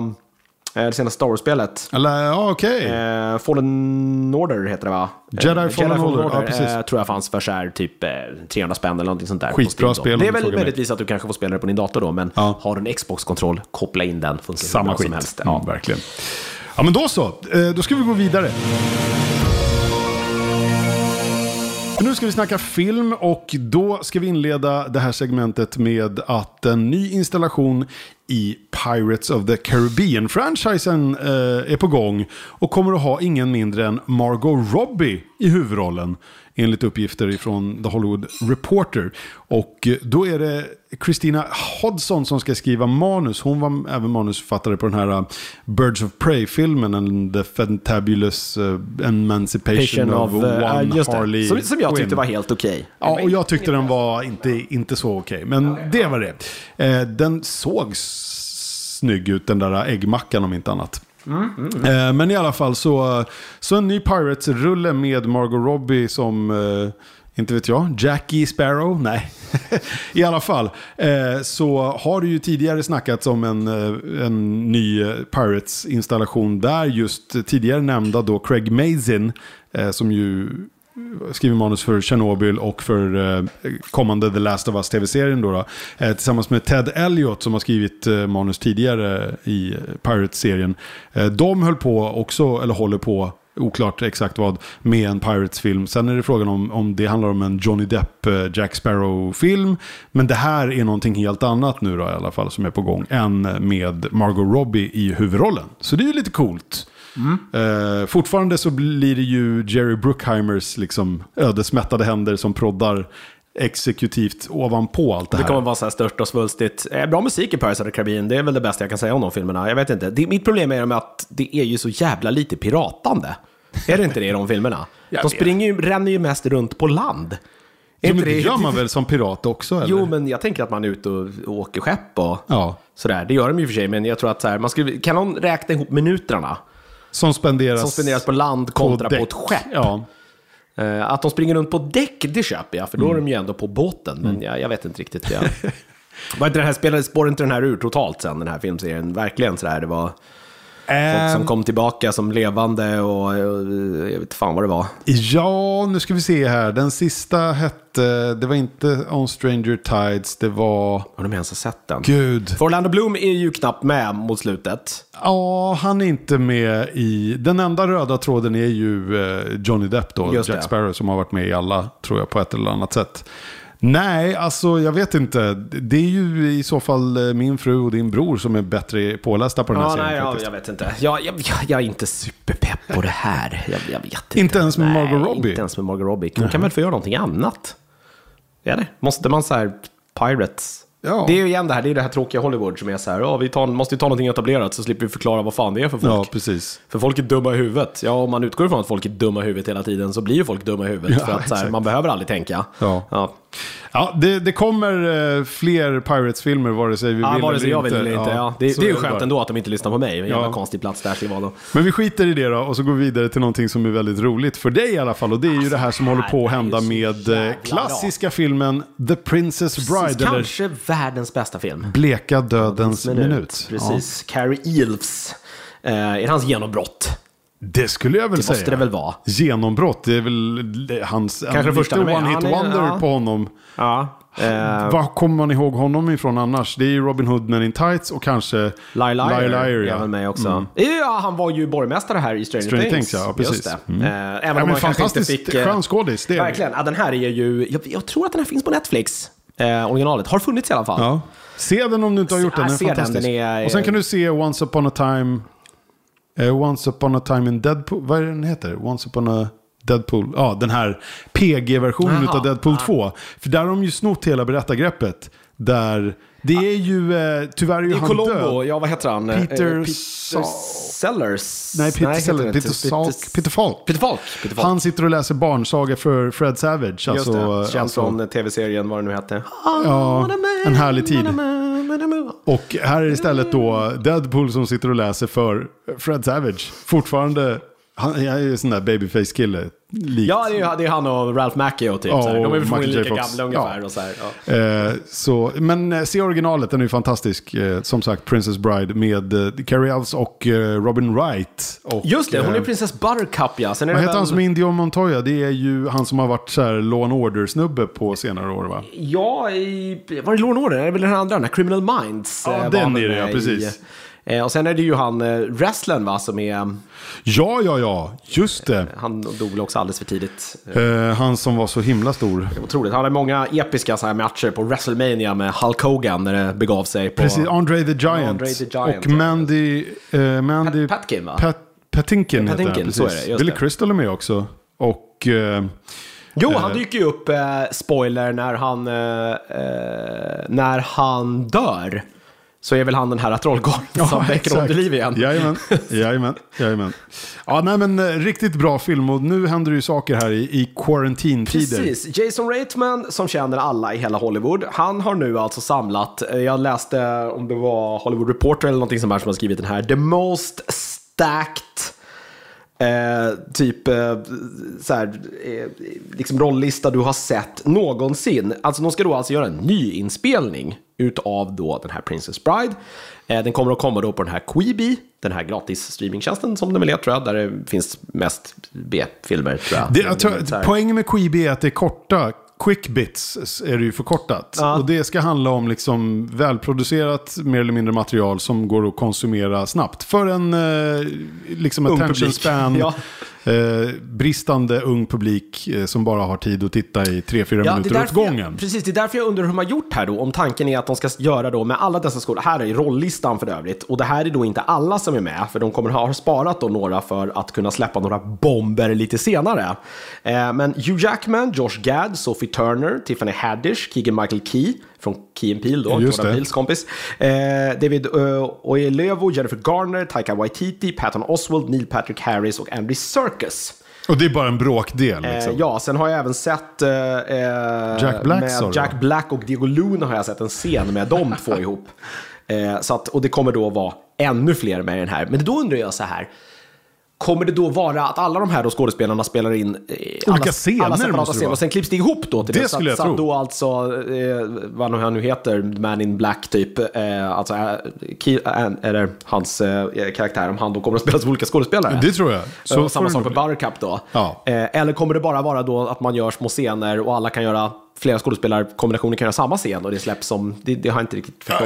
det senaste Star Wars-spelet. Okej. Fallen Order heter det, va? Jedi Fallen Order. Ja, precis. Tror jag fanns för så här, typ 300 spänn eller någonting sånt där. Skitbra spel. Det är väl möjligtvis att du kanske får spela det på din dator då, men har du en Xbox-kontroll, koppla in den. Funkar samma skit. Som helst. Ja, verkligen. Ja, men då så. Då ska vi gå vidare. Nu ska vi snacka film, och då ska vi inleda det här segmentet med att en ny installation i Pirates of the Caribbean-franchisen är på gång och kommer att ha ingen mindre än Margot Robbie i huvudrollen, enligt uppgifter från The Hollywood Reporter. Och då är det Christina Hodson som ska skriva manus. Hon var även manusförfattare på den här Birds of Prey-filmen, and The Fantabulous Emancipation of One Harley Quinn. Som jag tyckte var helt okej. Ja, och jag tyckte den var inte så okej. Men det var det. Den såg snygg ut, den där äggmackan om inte annat. Men i alla fall så en ny Pirates-rulle med Margot Robbie som inte vet jag, Jackie Sparrow? Nej. I alla fall så har det ju tidigare snackats om en ny Pirates-installation där just tidigare nämnda då Craig Mazin som ju skriver manus för Chernobyl och för kommande The Last of Us TV-serien då, tillsammans med Ted Elliott som har skrivit manus tidigare i Pirates-serien. De höll på också, eller håller på, oklart exakt vad, med en Pirates-film. Sen är det frågan om det handlar om en Johnny Depp Jack Sparrow-film. Men det här är någonting helt annat nu då, i alla fall, som är på gång, än med Margot Robbie i huvudrollen. Så det är ju lite coolt. Fortfarande så blir det ju Jerry Bruckheimers liksom ödesmättade händer som proddar exekutivt ovanpå allt det här. Det kommer vara så här stört och svulstigt. Bra musik i Pirates of the Caribbean, det är väl det bästa jag kan säga om de filmerna. Jag vet inte. Mitt problem är med att det är ju så jävla lite piratande. Är det inte det i de filmerna? De ränner ju mest runt på land. Jo, men det gör man väl som pirat också? Eller? Jo, men jag tänker att man är ute och åker skepp och sådär. Det gör de ju för sig, men jag tror att så här, kan någon räkna ihop minuterna som spenderas på land kontra på ett skepp? Ja. Att de springer runt på däck, det köper jag, för då är de ju ändå på båten. Men jag vet inte riktigt. Var inte det här spår inte den här ur totalt sen, den här filmserien? Verkligen sådär, det var folk som kom tillbaka som levande och jag vet fan vad det var. Ja, nu ska vi se här. Den sista hette, det var inte On Stranger Tides, det var... Har de ens har sett den? Gud. För Orlando Bloom är ju knappt med mot slutet. Ja, han är inte med i... Den enda röda tråden är ju Johnny Depp då, Jack Sparrow, som har varit med i alla, tror jag, på ett eller annat sätt. Nej, alltså jag vet inte. Det är ju i så fall min fru och din bror som är bättre pålästa på den här serien. Nej, jag vet inte. Jag är inte superpepp på det här. Jag vet inte. Inte ens med Margot Robbie? Inte ens med Margot Robbie. Man kan väl få göra någonting annat? Ja, det. Måste man så här Pirates... Ja. Det är ju igen det här tråkiga Hollywood som är så här, vi måste ju ta någonting etablerat så slipper vi förklara vad fan det är för folk. Ja, precis. För folk är dumma i huvudet. Ja, om man utgår ifrån att folk är dumma i huvudet hela tiden så blir ju folk dumma i huvudet. Ja, för att så här, man behöver aldrig tänka. Ja, det kommer fler Pirates-filmer vare sig vi vill vare sig jag vill eller inte. Ja, det är ju skönt ändå att de inte lyssnar på mig. En jävla konstig plats där ska vara då. Men vi skiter i det då och så går vi vidare till någonting som är väldigt roligt för dig i alla fall. Och det är ju det här som håller på att hända med klassiska filmen The Princess Bride. Kanske världens bästa film. Bleka dödens minut. Precis. Carrie Elves. Är hans genombrott. Det skulle jag väl säga. Det måste det väl vara. Genombrott, det är väl hans kanske första one-hit-wonder på honom. Ja. Vad kommer man ihåg honom ifrån annars? Det är ju Robin Hood Men in Tights och kanske Liar är väl med också. Ja, han var ju borgmästare här i Stranger Things. Ja, precis. Även om man fantastiskt inte fick... skön skådis, det är verkligen. Ja, den här är ju... Jag tror att den här finns på Netflix. Originalet. Har funnits i alla fall. Ja. Se den om du inte har gjort den. Den är fantastisk. Och sen kan du se Once Upon a Time in Deadpool. Vad är den heter? Once Upon a Deadpool. Ja, den här PG-versionen av Deadpool 2. För där har de ju snott hela berättargreppet. Där det är ju tyvärr är ju han Colombo, död. Ja, vad heter han? Peter Sellers. Nej, Peter Falk. Han sitter och läser barnsaga för Fred Savage. Alltså, känns från tv-serien, vad det nu hette. Ja, En härlig tid. Och här är istället då Deadpool som sitter och läser för Fred Savage. Fortfarande, han är ju en sån där babyface-kille. Likt. Ja, det är han och Ralph Macchio typ. Ja, så här. De är väl förmodligen lika Fox. gamla ungefär. Ja. Och så här, så, men se originalet, den är ju fantastisk. Som sagt, Princess Bride med Carrie Elves och Robin Wright. Och, just det, hon är Princess Buttercup, ja. Sen är vad heter han som är Indio Montoya? Det är ju han som har varit så här Law and Order-snubbe på senare år, va? Ja, var det Law and Order? Det är väl den andra, den här Criminal Minds. Ja, den är det, ja, precis. Och sen är det ju han wrestlern, va, som är... Ja, just det. Han dog också alldeles för tidigt. Han som var så himla stor. Otroligt. Han hade många episka så här matcher på WrestleMania med Hulk Hogan när det begav sig. På... Precis, Andre the Giant. Och Mandy Patkin, va? Patinkin heter han, precis. Så är det, Billy Crystal är med också. Och... Jo, han dyker ju upp, spoiler, när han dör. Så är väl han den här trollkarlen som väcker om till liv igen. Jajamän. Ja, nej, men riktigt bra film. Och nu händer det ju saker här i quarantine-tider. Precis. Jason Reitman, som känner alla i hela Hollywood, han har nu alltså samlat, jag läste om det var Hollywood Reporter eller någonting som har skrivit den här, The Most Stacked liksom rolllista du har sett någonsin. Alltså de ska då alltså göra en ny inspelning utav då den här Princess Bride. Den kommer att komma då på den här Quibi, den här gratis streamingtjänsten som den väl är, tror jag, där det finns mest B-filmer, tror jag. Poängen med Quibi är att det är korta. Quick bits är det ju förkortat. Ja. Och det ska handla om liksom välproducerat, mer eller mindre material som går att konsumera snabbt. För en liksom attention span, ja. Bristande ung publik som bara har tid att titta i 3-4 minuter åt gången. Precis, det är därför jag undrar hur de har gjort här då. Om tanken är att de ska göra då med alla dessa skolor. Här är rollistan för övrigt. Och det här är då inte alla som är med. För de kommer ha sparat då några för att kunna släppa några bomber lite senare. Men Hugh Jackman, Josh Gad, Sophie Turner, Tiffany Haddish, Keegan-Michael Key från Key & Peele då, Jordan Peels kompis, David Oyelowo, Jennifer Garner, Taika Waititi, Patton Oswalt, Neil Patrick Harris och Andy Serkis. Och det är bara en bråkdel liksom. Ja, sen har jag även sett Jack Black och Diego Luna har jag sett en scen med de två ihop. Så att, och det kommer då vara ännu fler med i den här. Men då undrar jag så här, kommer det då vara att alla de här då skådespelarna spelar in olika scener och sen klipps det ihop då till det skulle jag tro. Så då alltså vad han nu heter, Man in Black typ, alltså eller hans karaktär, om han då kommer att spela som olika skådespelare. Det tror jag. Så samma sak med Buttercup då. Ja. Eller kommer det bara vara då att man gör små scener och alla kan göra, flera skådespelarkombinationer kan göra samma scen och det släpps som, det har jag inte riktigt förstått.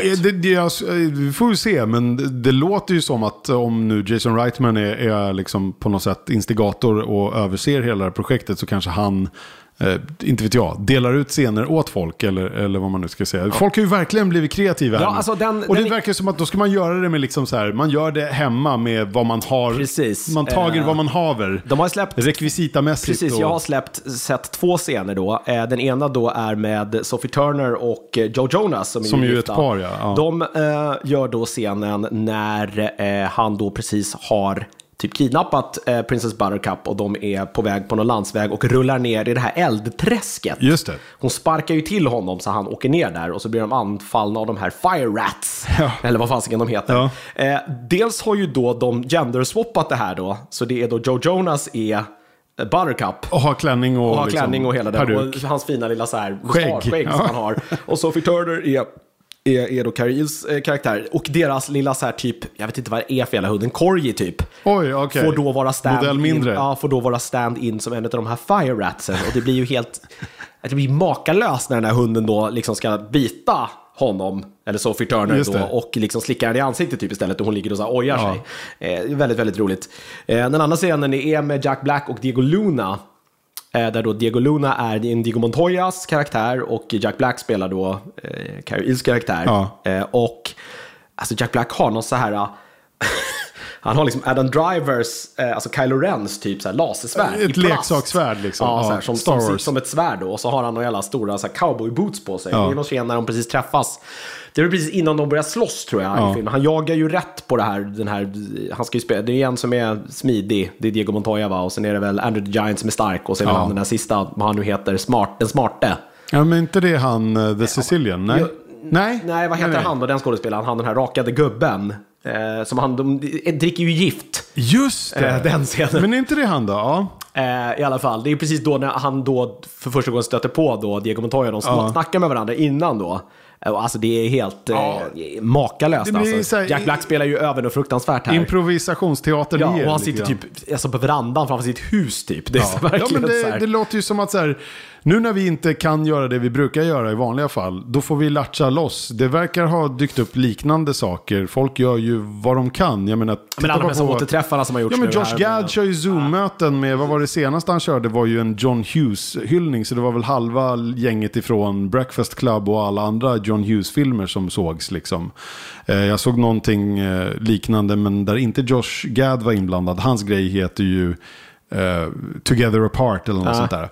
Vi får ju se, men det låter ju som att om nu Jason Reitman är liksom på något sätt instigator och överser hela det här projektet, så kanske han inte vet jag, delar ut scener åt folk eller vad man nu ska säga. Ja. Folk har ju verkligen blivit kreativa här. Alltså och det verkar som att då ska man göra det med liksom så här, man gör det hemma med vad man har. Precis. Man tager vad man haver. De har släppt rekvisitamässigt. Precis, jag har sett 2 scener då. Den ena då är med Sophie Turner och Joe Jonas som är ju ett par, ja. De gör då scenen när han då precis har typ kidnappat Princess Buttercup och de är på väg på någon landsväg och rullar ner i det här eldträsket. Just det. Hon sparkar ju till honom så han åker ner där och så blir de anfallna av de här Fire Rats. Ja. Eller vad fasiken de heter. Ja. Dels har ju då de genderswappat det här då. Så det är då Joe Jonas är Buttercup. Och har klänning och, liksom, klänning och hela det. Och hans fina lilla så här skägg som han har. Och Sophie Turner är då Carries karaktär. Och deras lilla så här typ, jag vet inte vad det är för jävla hunden, Corgi typ. Oj, okay. Får då vara stand-in. Ja, får då vara stand-in som en av de här Fire Ratsen. Och det blir ju helt, det blir makalöst när den här hunden då liksom ska bita honom, eller Sophie Turner då, och liksom slickar den i ansiktet typ istället, och hon ligger och så här ojar sig. Väldigt, väldigt roligt. Den andra scenen är med Jack Black och Diego Luna. Där då Diego Luna är Indigo Montoyas karaktär och Jack Black spelar då Carrie Ills karaktär. Ja. Och alltså Jack Black har någon så här han har liksom Adam Drivers, alltså Kylo Rens typ så här lasersvärd. Ett leksaksvärd liksom. Ja, så här, som ett svärd då. Och så har han några jävla stora så här cowboy boots på sig. Ja. Det är någon scen när de precis träffas. Det är precis innan de börjar slåss, tror jag, i filmen. Han jagar ju rätt på det här, han ska ju spela, det är en som är smidig, det är Diego Montoya, va? Och sen är det väl Andrew the Giant som är stark, och sen är han den här sista, vad han nu heter, den smarte. Ja, men inte det han, The Sicilian, nej? Nej, vad heter han då, den skådespelaren, han den här rakade gubben. Som de dricker ju gift. Just det. Den scenen. Men är inte det han då? Ja. I alla fall, det är precis då när han då för första gången stöter på då Diego Montoya, de snackar med varandra innan då. Alltså det är helt makalöst alltså. Jack Black spelar ju över och fruktansvärt här. Improvisationsteater. Ja, och han sitter typ alltså på verandan framför sitt hus typ. Det är verkligen men det låter ju som att så här, nu när vi inte kan göra det vi brukar göra i vanliga fall, då får vi latcha loss. Det verkar ha dykt upp liknande saker. Folk gör ju vad de kan. Jag menar, men alla de här återträffarna som har gjorts. Ja, men Josh Gad kör ju Zoom-möten med, vad var det senaste han körde, var ju en John Hughes-hyllning. Så det var väl halva gänget ifrån Breakfast Club och alla andra John Hughes-filmer som sågs liksom. Jag såg någonting liknande, men där inte Josh Gad var inblandad. Hans grej heter ju Together Apart eller något sånt där.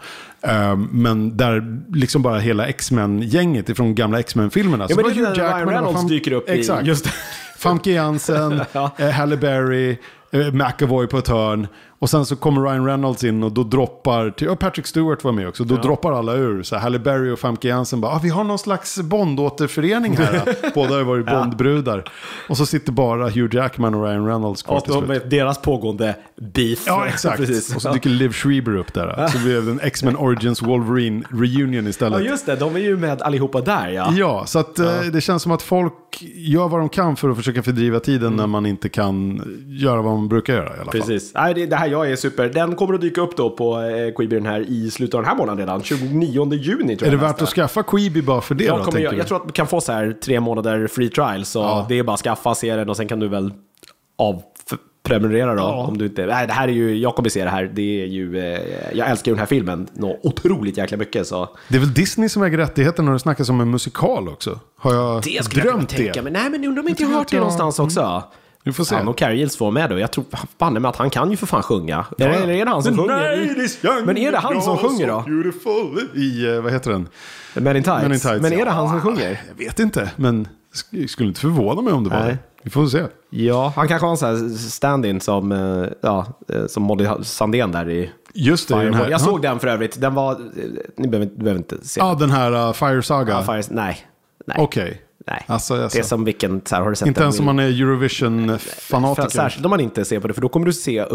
Men där liksom bara hela X-Men-gänget ifrån gamla X-Men-filmerna. Ja, så men det är Ryan Reynolds dyker upp exakt. I just Famke Janssen, Halle Berry, McAvoy på ett hörn. Och sen så kommer Ryan Reynolds in och då droppar, Patrick Stewart var med också, då droppar alla ur. Så Halle Berry och Famke Janssen bara, vi har någon slags Bond-återförening här. Båda har varit Bond-brudar. Och så sitter bara Hugh Jackman och Ryan Reynolds kvar till slut. Deras pågående beef. Ja, exakt. Precis. Och så dyker Liv Schreiber upp där. Så blir det en X-Men Origins Wolverine reunion istället. Ja, just det. De är ju med allihopa där, ja. Ja, så att det känns som att folk gör vad de kan för att försöka fördriva tiden när man inte kan göra vad man brukar göra i alla fall. Precis. Nej, det här jag är super. Den kommer att dyka upp då på Quibi den här i slutet av den här månaden redan. 29 juni tror jag. Är det värt att skaffa Quibi bara för det då? Jag tror att du kan få så här 3 månader free trial. Så det är bara att skaffa serien och sen kan du väl prenumerera då, om du inte... Nej, det här är ju... Jag kommer se det här. Det är ju... jag älskar ju den här filmen otroligt jäkla mycket, så... Det är väl Disney som äger rättigheten när det snackas om en musikal också? Har jag det skulle drömt jag tänka, men nej, men undrar om inte jag har hört det någonstans också. Vi får se. Han och Carrie Gills får med då. Jag tror fan med att han kan ju för fan sjunga. Eller är det han som sjunger? Men är det han som sjunger då? I, vad heter den? Men in Tights. Men är det han som sjunger? Jag vet inte, men skulle inte förvåna mig om det var det. Vi får se. Ja, han kanske har en sån här stand-in som Molly Sandén där i... Just det, den här. Jag såg den för övrigt. Den var... Ni behöver inte se. Ja, den här Fire Saga. Ja, nej. Okej. Nej, alltså. Det är som vilken, så här, har du sett inte ens om man är Eurovision-fanatiker. Särskilt om man inte ser på det, för då kommer du se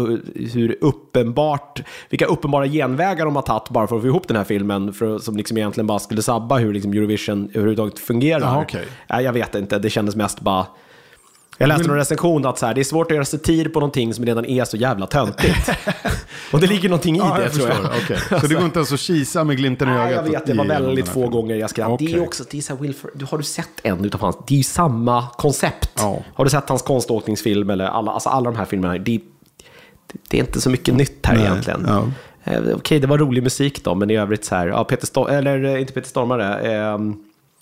vilka uppenbara genvägar de har tagit bara för att få ihop den här filmen, som liksom egentligen bara skulle sabba hur liksom Eurovision överhuvudtaget fungerar. Aha, okay. Jag vet inte, det kändes mest bara... Jag läste någon recension att så här, det är svårt att göra satir på någonting som redan är så jävla töntigt. Och det ligger någonting i det, tror jag. Okay. Så det går inte ens att kisa med glimten i ögat? Jag vet, det var väldigt få gånger jag skrattade. Okay. Det är också, det är så här, har du sett en utav hans? Det är ju samma koncept. Ja. Har du sett hans konståkningsfilm eller alla de här filmerna? Det är inte så mycket nytt här egentligen. Ja. Okej, det var rolig musik då, men i övrigt så här, inte Peter Stormare,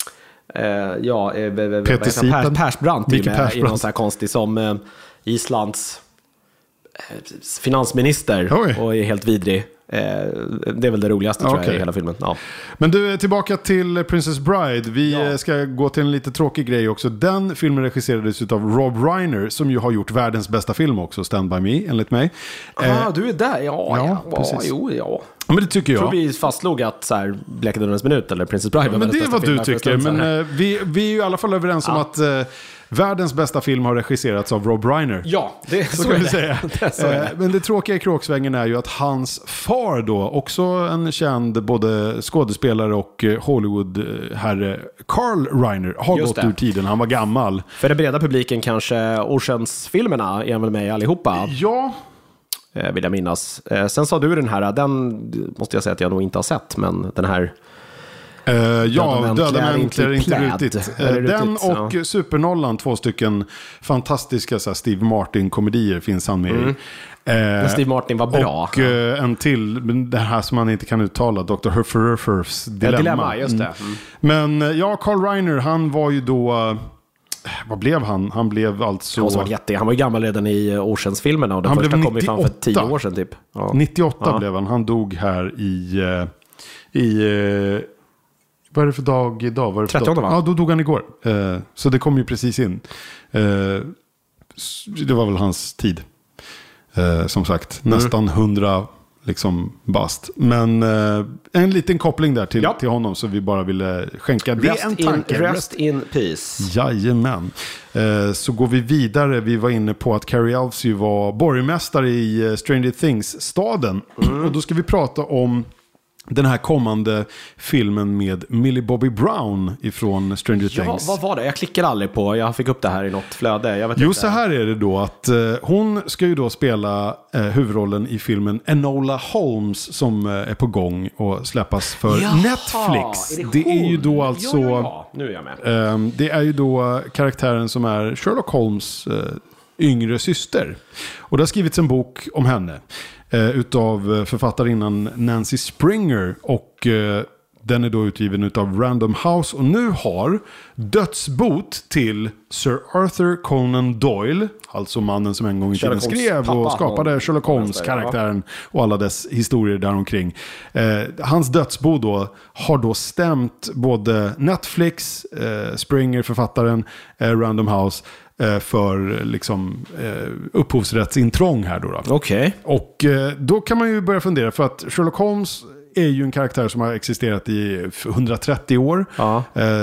Persbrandt i någon så här konstig som Islands finansminister. Och är helt vidrig. Det är väl det roligaste tror jag i hela filmen. Ja. Men du, tillbaka till Princess Bride. Vi ska gå till en lite tråkig grej också. Den filmen regisserades av Rob Reiner, som ju har gjort världens bästa film också, Stand By Me, enligt mig. Du är där. Ja, precis. Ja. Men det tycker jag. Jag tror vi fastslog att så här, Blekadunens minut eller Princess Bride var men det är vad du tycker. Men vi är ju i alla fall överens om att världens bästa film har regisserats av Rob Reiner. Ja, så kan vi säga. Men det tråkiga i kråksvängen är ju att hans far då, också en känd både skådespelare och Hollywood-herre, Carl Reiner, har gått ur tiden. Han var gammal. För den breda publiken kanske Oceans-filmerna är väl med allihopa? Ja. Vill jag minnas. Sen sa du den här, den måste jag säga att jag nog inte har sett, men den här... Döda män klär inte rutigt. Den och Supernollan, 2 stycken fantastiska så här, Steve Martin-komedier finns han med i. Men Steve Martin var bra. Och en till, det här som man inte kan uttala, Dr. Herfer's dilemma. Just det. Men Carl Reiner, han var ju då... Vad blev han? Han blev alltså... Han var ju gammal redan i Oceans-filmerna och den första kom ju fram för 10 år sedan typ. Ja. 98 blev han. Han dog här i vad är det för dag idag? Var det 30 va? Ja, då dog han igår. Så det kom ju precis in. Det var väl hans tid. Som sagt, nästan 100 liksom bast. Men en liten koppling där till honom, så vi bara ville skänka det en tanke. Rest in peace. Jajamän. Så går vi vidare. Vi var inne på att Cary Elwes ju var borgmästare i Stranger Things-staden. Och då ska vi prata om den här kommande filmen med Millie Bobby Brown ifrån Stranger Things. Vad var det? Jag klickar aldrig på. Jag fick upp det här i något flöde. Jag vet inte. Så här är det då att hon ska ju då spela huvudrollen i filmen Enola Holmes, som är på gång och släppas för Netflix. Det är ju då alltså... nu är jag med. Det är ju då karaktären som är Sherlock Holmes yngre syster. Och det har skrivits en bok om henne utav författarinnan Nancy Springer, och den är då utgiven utav Random House, och nu har dödsbot till Sir Arthur Conan Doyle, alltså mannen som en gång i tiden skrev och skapade Sherlock Holmes-karaktären och alla dess historier däromkring. Hans dödsbo då har då stämt både Netflix, Springer, författaren, Random House, för liksom upphovsrättsintrång här då. Okej. Och då kan man ju börja fundera, för att Sherlock Holmes är ju en karaktär som har existerat i 130 år. Ja.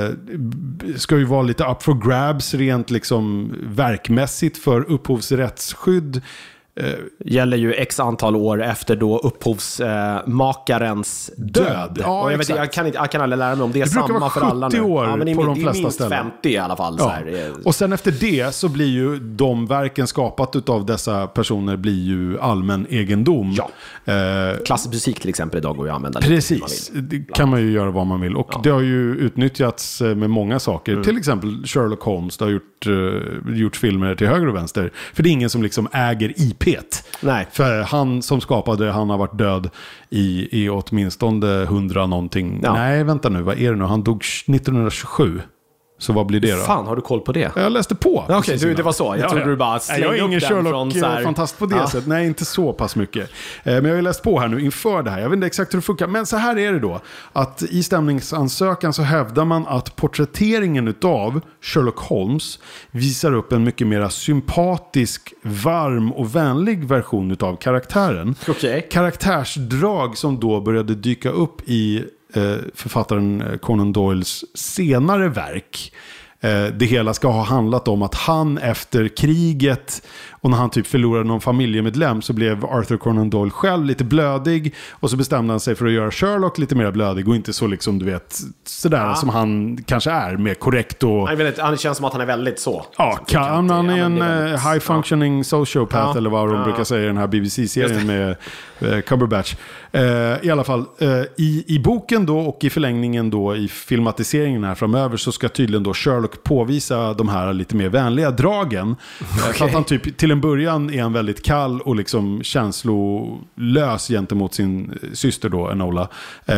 Ska ju vara lite up for grabs rent liksom verkmässigt för upphovsrättsskydd. Gäller ju x antal år efter då upphovsmakarens död. Ja, och jag kan aldrig lära mig om det är samma för alla nu. Det brukar vara 70 år ja, men på de det är flesta minst ställen. 50 i alla fall. Ja. Så här. Och sen efter det så blir ju de verken skapat utav dessa personer blir ju allmän egendom. Ja. Klassisk musik till exempel idag går ju att använda. Precis, det kan man ju göra vad man vill. Och det har ju utnyttjats med många saker. Till exempel Sherlock Holmes, det har gjort filmer till höger och vänster. För det är ingen som liksom äger IP:t. Nej. För han som skapade, han har varit död i åtminstone 100 någonting. Ja. Nej, vänta nu, vad är det nu? Han dog 1927. Så vad blir det då? Fan, har du koll på det? Jag läste på. Okej, det var så. Jag trodde du bara slängde upp den. Jag är ingen Sherlock-fantast på det Ja. sättet. Nej, inte så pass mycket. Men jag har ju läst på här nu inför det här. Jag vet inte exakt hur det funkar. Men så här är det då. Att i stämningsansökan så hävdar man att porträtteringen utav Sherlock Holmes visar upp en mycket mer sympatisk, varm och vänlig version utav karaktären. Okej. Karaktärsdrag som då började dyka upp i författaren Conan Doyles senare verk. Det hela ska ha handlat om att han efter kriget och när han typ förlorade någon familjemedlem så blev Arthur Conan Doyle själv lite blödig och så bestämde han sig för att göra Sherlock lite mer blödig och inte så liksom du vet sådär som han kanske är mer korrekt och Han känns som att han är väldigt så. ja, han är en high functioning sociopath eller vad de brukar säga i den här BBC-serien med Cumberbatch. I alla fall i boken då och i förlängningen då i filmatiseringen här framöver så ska tydligen då Sherlock påvisa de här lite mer vänliga dragen. För att han typ till en början är han väldigt kall och liksom känslolös gentemot sin syster då, Enola.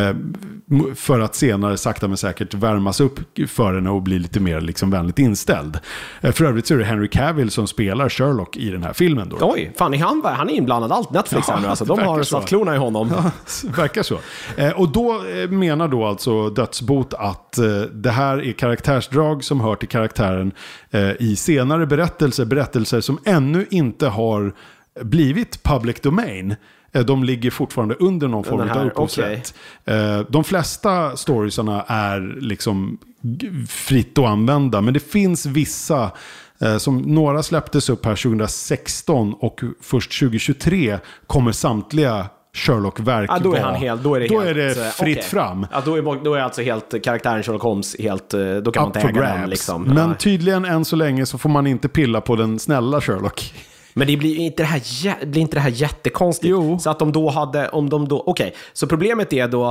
För att senare sakta men säkert värmas upp för henne och bli lite mer liksom vänligt inställd. För övrigt så är det Henry Cavill som spelar Sherlock i den här filmen då. Oj, fan han är inblandad allt Netflix här nu. Alltså, de har satt klorna i honom. Ja, verkar så. Och då menar då alltså Dödsbot att det här är karaktärsdrag som hör till karaktären i senare berättelser som ännu inte har blivit public domain. De ligger fortfarande under någon form av upphovsrätt. De flesta storiesarna är liksom fritt att använda, men det finns vissa som några släpptes upp här 2016 och först 2023 kommer samtliga Sherlock-verk då är han helt, då är det fritt fram. Ja, då är alltså helt karaktären Sherlock Holmes helt, då kan man inte äga den liksom. Men tydligen än så länge så får man inte pilla på den snälla Sherlock. Men det blir inte det här jättekonstigt. Jo. Så att okej, så problemet är då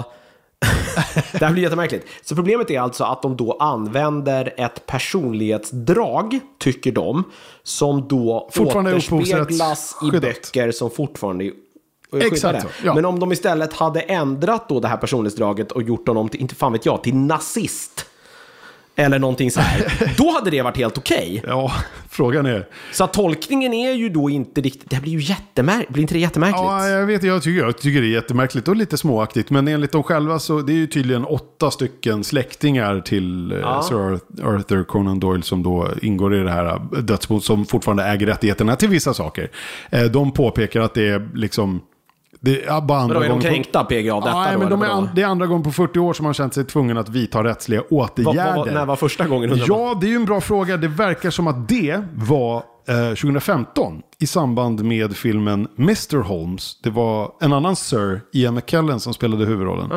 det här blir jättemärkligt. Så problemet är alltså att de då använder ett personlighetsdrag, tycker de, som då fortfarande återspeglas i böcker som fortfarande är exakt så, ja. Men om de istället hade ändrat då det här personlighetsdraget och gjort honom till, inte fan vet jag, till nazist eller någonting så här, då hade det varit helt okej. Ja, frågan är. Så att tolkningen är ju då inte riktigt, det blir ju blir inte det jättemärkligt? Ja, jag tycker det är jättemärkligt och lite småaktigt, men enligt dem själva så det är ju tydligen 8 stycken släktingar till Sir Arthur Conan Doyle som då ingår i det här dödsbot som fortfarande äger rättigheterna till vissa saker. De påpekar att det är liksom det är bara andra gången. Är de kränkta PG av detta? Nej, men det är andra gången på 40 år som man känt sig tvungen att vidta rättsliga åtgärder. När var första gången? Ja, det är ju en bra fråga. Det verkar som att det var 2015 i samband med filmen Mr. Holmes. Det var en annan Sir, Ian McKellen, som spelade huvudrollen.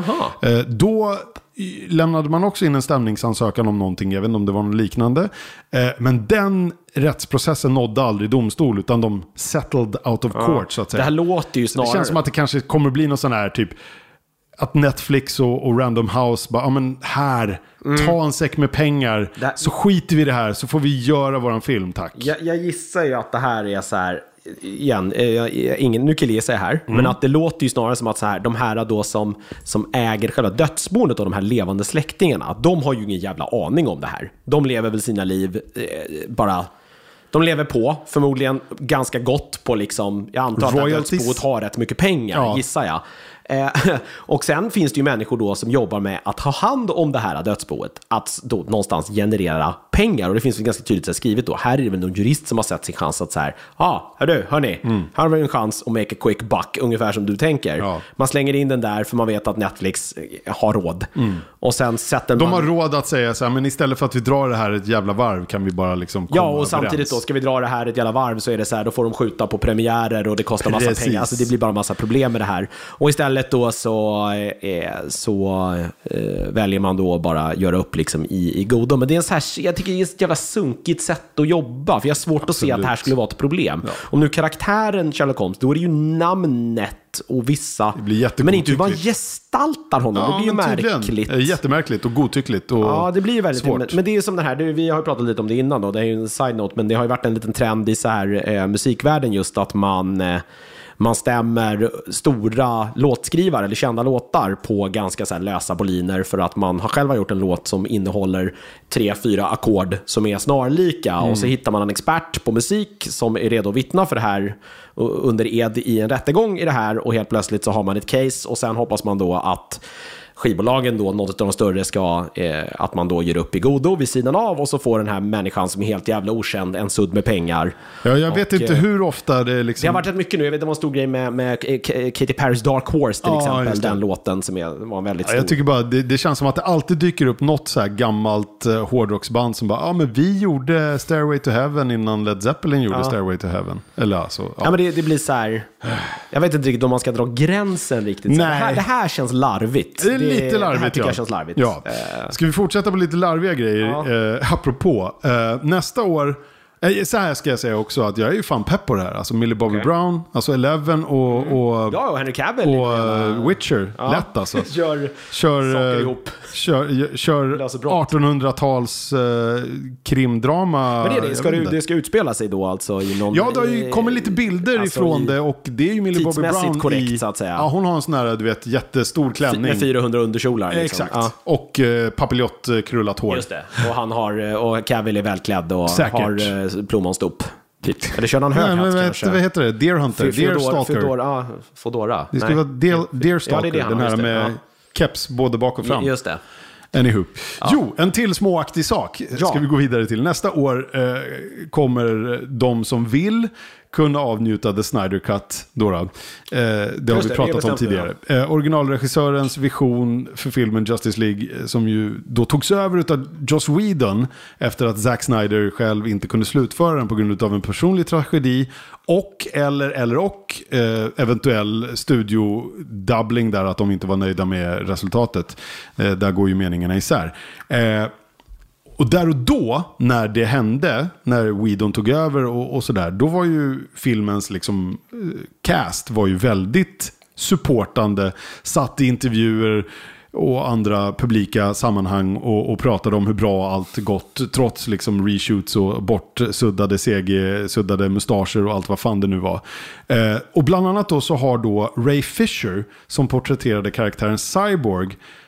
Då lämnade man också in en stämningsansökan om någonting, jag vet inte om det var något liknande. Men den rättsprocessen nådde aldrig domstol, utan de settled out of court, så att säga. Det här låter ju snarare... Det känns som att det kanske kommer att bli någon sån här typ att Netflix och Random House bara, ja men här, ta en säck med pengar, så skiter vi i det här, så får vi göra våran film, tack. Jag gissar ju att det här är så här, igen, nu killgissar jag här, men att det låter ju snarare som att så här, de här då som äger själva dödsbonet och de här levande släktingarna, de har ju ingen jävla aning om det här. De lever väl sina liv bara... De lever på, förmodligen ganska gott på liksom, jag antar att dödsboet har rätt mycket pengar, gissar jag. Och sen finns det ju människor då som jobbar med att ha hand om det här dödsboet, att då någonstans generera pengar, och det finns ju ganska tydligt så skrivet då, här är det väl någon jurist som har sett sin chans att så här, hörni, här har vi en chans att make a quick buck, ungefär som du tänker. Ja. Man slänger in den där för man vet att Netflix har råd. Och sen sätter de har råd att säga så här, men istället för att vi drar det här ett jävla varv kan vi bara liksom komma och överens. Samtidigt då, ska vi dra det här ett jävla varv så är det så här, då får de skjuta på premiärer och det kostar massa pengar. Alltså det blir bara massa problem med det här. Och istället då så väljer man då bara göra upp liksom i godo. Men det är en så här, jag tycker det är ett jävla sunkigt sätt att jobba, för jag har svårt att se att det här skulle vara ett problem. Ja. Om nu karaktären Sherlock Holmes, då är det ju namnet och vissa, men inte hur man gestaltar honom. Det blir ju märkligt. Jättemärkligt och godtyckligt och det blir ju väldigt svårt. Men det är ju som det här, vi har ju pratat lite om det innan då, det är ju en side note, men det har ju varit en liten trend i så här musikvärlden just att man stämmer stora låtskrivare eller kända låtar på ganska så här lösa boliner, för att man har själv gjort en låt som innehåller 3-4 ackord som är snarlika, och så hittar man en expert på musik som är redo att vittna för det här under ed i en rättegång i det här, och helt plötsligt så har man ett case, och sen hoppas man då att skivbolagen då, något av de större, ska att man då ger upp i godo vid sidan av, och så får den här människan som är helt jävla okänd en sudd med pengar. Ja, jag vet inte hur ofta det liksom... Det har varit rätt mycket nu. Jag vet, det var en stor grej med Katy Perrys Dark Horse till exempel, den låten som var väldigt stor. Jag tycker bara, det känns som att det alltid dyker upp något så här gammalt hårdrocksband som bara, men vi gjorde Stairway to Heaven innan Led Zeppelin gjorde Stairway to Heaven. Eller alltså, men det blir så här, jag vet inte riktigt om man ska dra gränsen riktigt. Det här känns larvigt. Det är lite larvigt, det här tycker jag känns larvigt. Ja. Ska vi fortsätta på lite larviga grejer? Apropå, nästa år, så här ska jag säga också, att jag är ju fan pepp på det här. Alltså Millie Bobby Brown, alltså Eleven och Henry Cavill och Witcher, lätt alltså. Kör ihop. Kör 1800-tals krimdrama. Men det ska utspela sig då alltså i någon... Ja, det har ju kommit lite bilder ifrån det, och det är ju Millie Bobby Brown korrekt, så att säga. Ja, hon har en sån här, du vet, jättestor klänning med 400 underkjolar liksom. Exakt. Och papiljottkrullat hår. Just det. Och han och Cavill är välklädd och säkert har plommonstop. Typ. Eller kör han hög hatt kanske? Vad heter det? Deer Hunter? Deer Stalker? Fodora. Det ska vara Deer Stalker, den här med keps både bak och fram. Just det. Anywho. Jo, en till småaktig sak ska vi gå vidare till. Nästa år kommer de som vill kunna avnjuta The Snyder Cut. Det har vi pratat om tidigare. Originalregissörens vision för filmen Justice League, som ju då togs över av Joss Whedon efter att Zack Snyder själv inte kunde slutföra den på grund av en personlig tragedi och eventuell studio-doubling där, att de inte var nöjda med resultatet. Där går ju meningarna isär. Och där och då, när det hände, när Whedon tog över och sådär, då var ju filmens liksom cast var ju väldigt supportande, satt i intervjuer och andra publika sammanhang och pratade om hur bra allt gått, trots liksom reshoots och bortsuddade suddade mustascher och allt vad fan det nu var. Och bland annat då så har då Ray Fisher, som porträtterade karaktären Cyborg,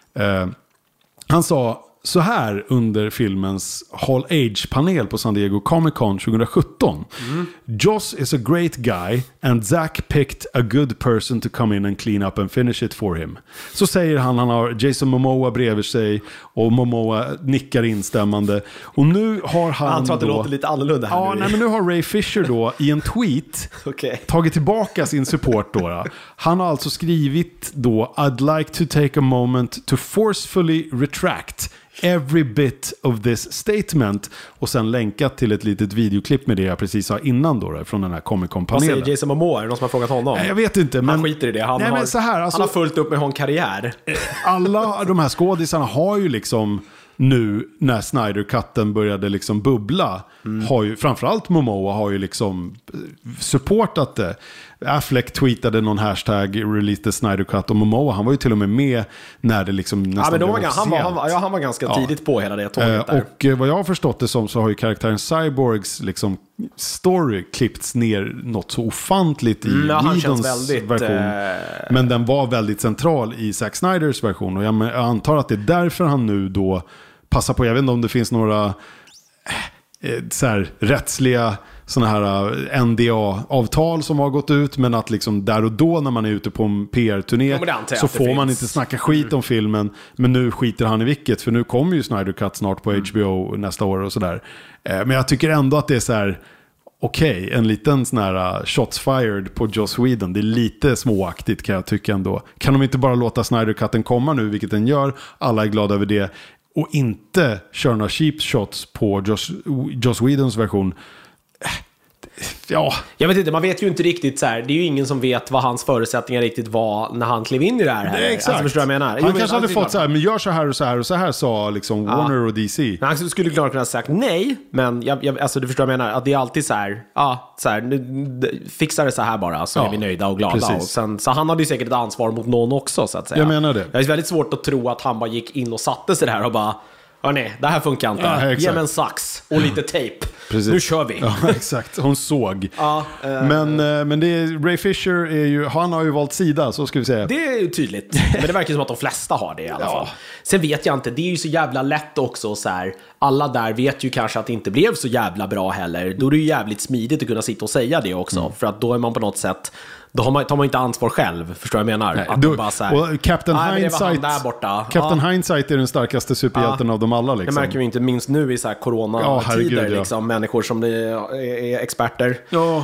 han sa så här under filmens Hall Age-panel på San Diego Comic Con 2017. Joss is a great guy and Zack picked a good person to come in and clean up and finish it for him. Så säger han har Jason Momoa bredvid sig och Momoa nickar instämmande. Och nu har han tror att det låter lite annorlunda här. Ja, men nu har Ray Fisher då i en tweet tagit tillbaka sin support då. Han har alltså skrivit då, I'd like to take a moment to forcefully retract every bit of this statement, och sen länkat till ett litet videoklipp med det jag precis sa innan då, från den här Comic-Con-panelen. Vad säger Jason Momoa? Är det någon som har frågat honom? Jag vet inte, men han skiter i det. Han har fullt upp med en karriär. Alla de här skådisarna har ju liksom nu, när Snyder-cutten började liksom bubbla, har ju, framförallt Momoa har ju liksom supportat det. Affleck tweetade någon hashtag release the Snyder Cut, och Momoa, han var ju till och med när det liksom nästan han var ganska tidigt på hela det tåget där. Och vad jag har förstått det som, så har ju karaktären Cyborgs liksom story klippts ner något så ofantligt i Whedons version. Men den var väldigt central i Zack Snyders version, och jag antar att det är därför han nu då passar på. Jag vet inte om det finns några så här rättsliga såna här NDA-avtal som har gått ut, men att liksom där och då när man är ute på en PR-turné så får man inte snacka skit om filmen, men nu skiter han i vilket, för nu kommer ju Snyder Cut snart på HBO nästa år och sådär. Men jag tycker ändå att det är så här okej, en liten sån här shots fired på Joss Whedon. Det är lite småaktigt kan jag tycka ändå. Kan de inte bara låta Snyder Cutten komma nu, vilket den gör, alla är glada över det, och inte köra några cheap shots på Joss Whedons version? Ja. Jag vet inte, man vet ju inte riktigt så här. Det är ju ingen som vet vad hans förutsättningar riktigt var när han klev in i det här. Nej, exakt. Alltså, förstår jag menar? Han kanske hade fått så här, men gör så här och så här och så här, sa liksom Warner och DC. Han skulle klart kunna ha sagt nej, men alltså, du förstår vad jag menar. Att det är alltid så här, så här, fixar det så här bara, så är vi nöjda och glada. Och sen, så han hade ju säkert ett ansvar mot någon också, så att säga. Jag menar det. Det är väldigt svårt att tro att han bara gick in och satte sig där och bara, nej, det här funkar inte. Ge mig en sax och lite tejp. Nu kör vi. Ja, exakt. Hon såg. Men det är, Ray Fisher är ju, han har ju valt sida, så ska vi säga. Det är ju tydligt. Men det verkar som att de flesta har det i alla fall. Sen vet jag inte, det är ju så jävla lätt också så här. Alla där vet ju kanske att det inte blev så jävla bra heller. Då är det ju jävligt smidigt att kunna sitta och säga det också. För att då är man på något sätt, då tar man inte ansvar själv, förstår jag menar? Nej, att bara så här, och Captain Hindsight där borta. Captain Hindsight är den starkaste superhjälten av dem alla liksom. Det märker vi inte minst nu i så här coronatider, liksom, människor som är experter.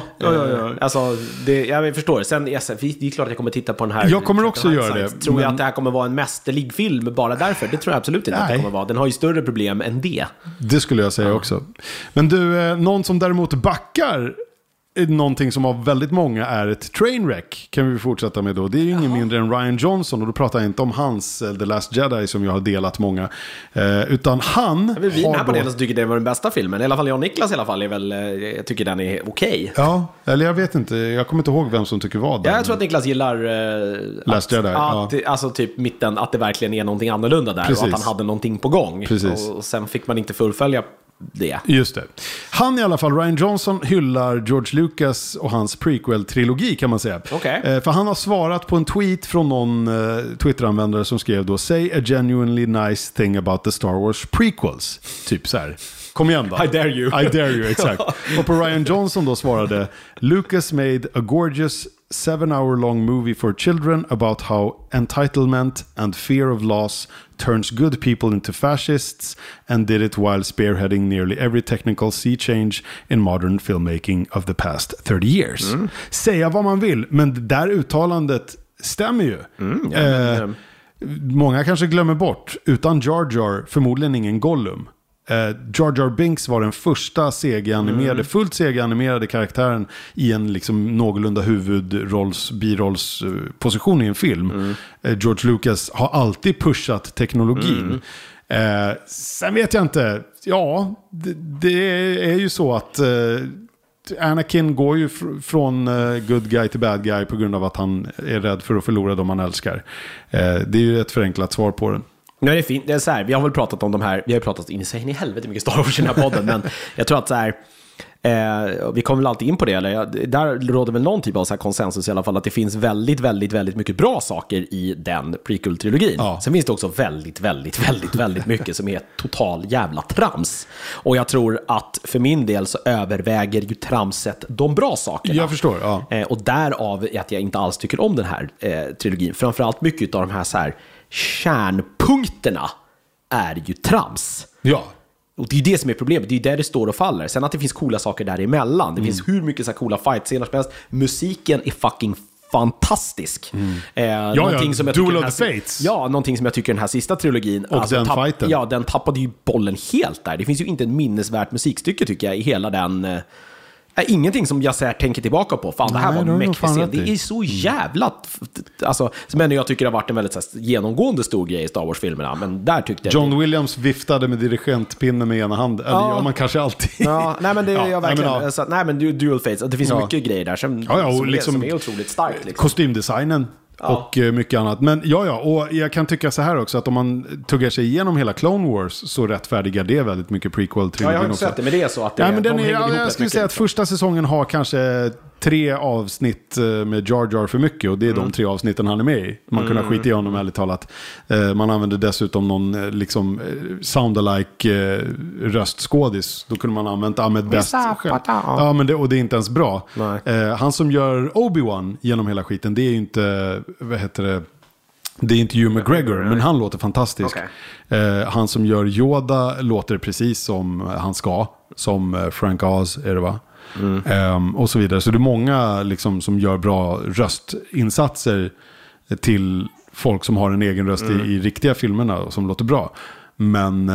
Alltså, jag förstår. Sen, det är klart att jag kommer titta på den här. Jag kommer också göra det. Tror jag att det här kommer vara en mästerlig film bara därför? Det tror jag absolut inte att det kommer vara. Den har ju större problem än det. Det skulle jag säga också. Men du, någon som däremot backar, någonting som av väldigt många är ett trainwreck, kan vi fortsätta med då. Det är ju ingen mindre än Rian Johnson, och då pratar jag inte om hans The Last Jedi som jag har delat många, utan han vi har här på det som tycker det var den bästa filmen. I alla fall jag och Niklas i alla fall är väl, jag tycker den är okej. Ja, eller jag vet inte, jag kommer inte ihåg vem som tycker vad. Jag tror att Niklas gillar Last Jedi. Alltså typ mitten, att det verkligen är någonting annorlunda där. Precis. Och att han hade någonting på gång. Precis. Och sen fick man inte fullfölja det. Just det. Han i alla fall, Rian Johnson, hyllar George Lucas och hans prequel-trilogi, kan man säga. Okay. För han har svarat på en tweet från någon Twitter-användare som skrev då: "Say a genuinely nice thing about the Star Wars prequels." Typ så här. Kom igen då. I dare you. I dare you, exakt. Och på Rian Johnson då svarade: "Lucas made a gorgeous 7-hour-long movie for children about how entitlement and fear of loss turns good people into fascists, and did it while spearheading nearly every technical sea change in modern filmmaking of the past 30 years." Säga vad man vill, men det där uttalandet stämmer ju. Många kanske glömmer bort, utan Jar Jar förmodligen ingen Gollum. Jar Jar Binks var den första CG-animerade, fullt CG-animerade karaktären i en liksom någorlunda birollsposition i en film. George Lucas har alltid pushat teknologin. Sen vet jag inte, det är ju så att Anakin går ju från good guy till bad guy på grund av att han är rädd för att förlora dem han älskar. Det är ju ett förenklat svar på den. Nej, det är fint. Det är så här, vi har väl pratat om de här, vi har pratat in i helvete mycket Star Wars i den här podden, men jag tror att så här, vi kommer väl alltid in på det, eller där råder väl någon typ av så här konsensus i alla fall, att det finns väldigt, väldigt, väldigt mycket bra saker i den prequel-trilogin. Ja. Sen finns det också väldigt, väldigt, väldigt, väldigt mycket som är total jävla trams. Och jag tror att för min del så överväger ju tramset de bra sakerna. Jag förstår, ja. Och därav att jag inte alls tycker om den här trilogin. Framförallt mycket av de här så här kärnpunkterna är ju trams. Ja. Och det är ju det som är problemet. Det är ju där det står och faller. Sen att det finns coola saker däremellan. Det finns hur mycket så här coola fight-scener som helst. Musiken är fucking fantastisk. Någonting som jag Duel of the Fates. Ja, någonting som jag tycker den här sista trilogin. Och alltså, den fighten. Ja, den tappade ju bollen helt där. Det finns ju inte en minnesvärt musikstycke tycker jag i hela den... Ingenting som jag så här tänker tillbaka på. Fan, det här var en mäktig scen. Det är så jävla... Alltså, som ändå jag tycker det har varit en väldigt så här, genomgående stor grej i Star Wars-filmerna. Men där tyckte jag... John Williams viftade med dirigentpinnen med ena handen. Eller ja, man kanske alltid... Ja, nej men det är jag verkligen... Nej men Dual Fates. Det finns mycket grejer där som liksom, är otroligt starkt. Liksom. Kostymdesignen. Och mycket annat. Men och jag kan tycka så här också, att om man tuggar sig igenom hela Clone Wars så rättfärdigar det väldigt mycket prequel-trilogin. Ja, jag har inte sett det, men det är så att det men jag skulle säga att första säsongen har kanske 3 avsnitt med Jar Jar för mycket, och det är de 3 avsnitten han är med i. Man kunde skita i honom, ärligt talat. Man använde dessutom någon liksom sound-alike röstskådis. Då kunde man använda Ahmed Best själv. Ja, men det är inte ens bra. Han som gör Obi-Wan genom hela skiten, det är ju inte, vad heter det? Det är inte Hugh McGregor, men han låter fantastisk. Han som gör Yoda låter precis som han ska. Som Frank Oz är det, va? Och så vidare. Så det är många liksom, som gör bra röstinsatser till folk som har en egen röst i riktiga filmerna och som låter bra. Men...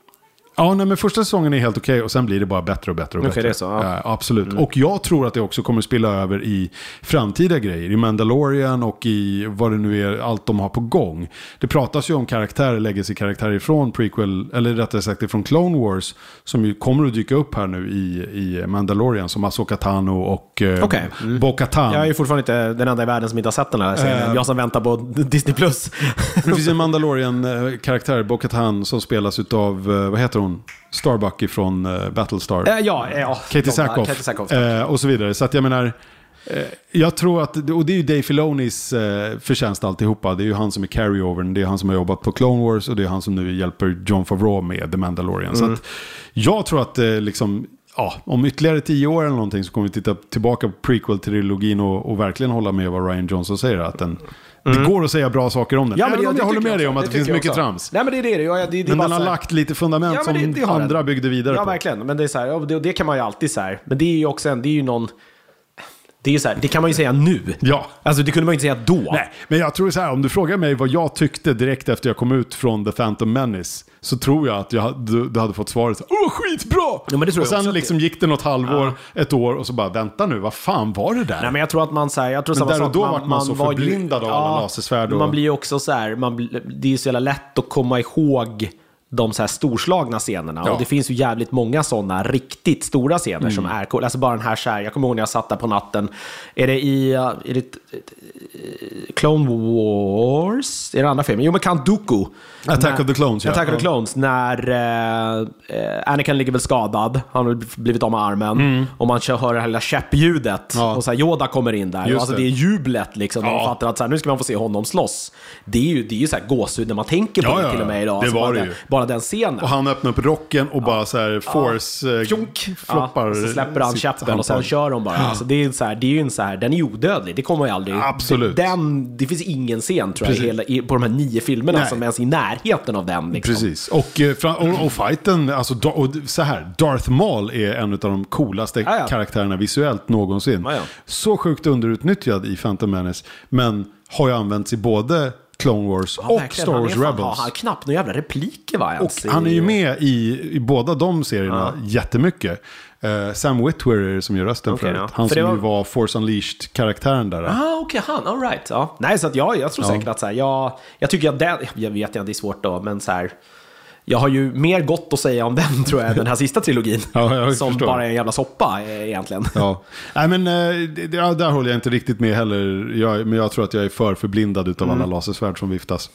men första säsongen är helt okej, och sen blir det bara bättre och bättre och bättre. Det är så, ja. Absolut. Och jag tror att det också kommer spilla över i framtida grejer. I Mandalorian och i vad det nu är, allt de har på gång. Det pratas ju om karaktärer, legacy-karaktärer ifrån prequel, eller rättare sagt ifrån Clone Wars, som ju kommer att dyka upp här nu i Mandalorian, som Ahsoka Tano och Bo-Katan. Jag är ju fortfarande inte den enda i världen som inte har sett den här serien. Jag som väntar på Disney+. Det finns en Mandalorian-karaktär, Bo-Katan, som spelas utav, vad heter hon? Starbuck från Battlestar. Katie Sackhoff. Och så vidare. Så att jag menar, jag tror att, och det är ju Dave Filonis förtjänst alltihopa. Det är ju han som är carryovern. Det är han som har jobbat på Clone Wars, och det är han som nu hjälper Jon Favreau med The Mandalorian. Så att jag tror att liksom, om ytterligare 10 år eller någonting så kommer vi titta tillbaka på prequel-trilogin och verkligen hålla med vad Rian Johnson säger, att det går att säga bra saker om den. Ja, men jag håller med dig om att det finns mycket trams. Nej, men det är det. Men den har lagt lite fundament som andra byggde vidare på. Ja, verkligen. Men det är så här, det kan man ju alltid så här. Men det är ju också det är ju någon... Det är så här, det kan man ju säga nu. Ja. Alltså det kunde man ju inte säga då. Nej, men jag tror så här, om du frågar mig vad jag tyckte direkt efter jag kom ut från The Phantom Menace, så tror jag att du hade fått svaret så, skitbra! Ja, men det tror och sen liksom gick det något halvår, ett år, och så bara, vänta nu, vad fan var det där? Nej, men jag tror att man säger, jag tror men där och då var man så förblindad av alla lasersvärd. Man blir ju också så här, det är ju så jävla lätt att komma ihåg de så här storslagna scenerna. Och det finns ju jävligt många sådana riktigt stora scener som är cool. Alltså bara den här så här, jag kommer ihåg när jag satt där på natten. Är det Clone Wars? Är det andra filmen? Jo, men Count Dooku. Attack of the Clones, Attack of the Clones, när Anakin ligger väl skadad. Han har blivit av med armen. Och man hör det här lilla käppljudet. Och så här, Yoda kommer in där. Just alltså det är jublet liksom. Man fattar att så här, nu ska man få se honom slåss. Det är ju så här gåshud när man tänker på det till och med idag. Det var det ju. Bara den scenen. Och han öppnar upp rocken och bara så här force floppar. Så släpper han käppen och sen kör de bara. Alltså det är så här, det är ju en så här, den är odödlig. Det kommer ju aldrig. Absolut. Det finns ingen scen tror jag på de här 9 filmerna som ens i närheten av den liksom. Precis. Och fighten, alltså så här, Darth Maul är en av de coolaste karaktärerna visuellt någonsin. Så sjukt underutnyttjad i Phantom Menace, men har ju använts i både Clone Wars och Star Wars Rebels. Han har knappt några jävla repliker, va? Och han är ju med i båda de serierna jättemycket. Sam Witwer är det som gör rösten för det. Han som ju var Force Unleashed-karaktären där. Han, all right. Ja. Nej, så att jag tror säkert att så här, jag tycker att jag vet inte, det är svårt då, men så här, jag har ju mer gott att säga om den, tror jag, den här sista trilogin. Som bara är en jävla soppa egentligen. Nej, men där håller jag inte riktigt med heller. Men jag tror att jag är för förblindad utav alla lasersvärd som viftas.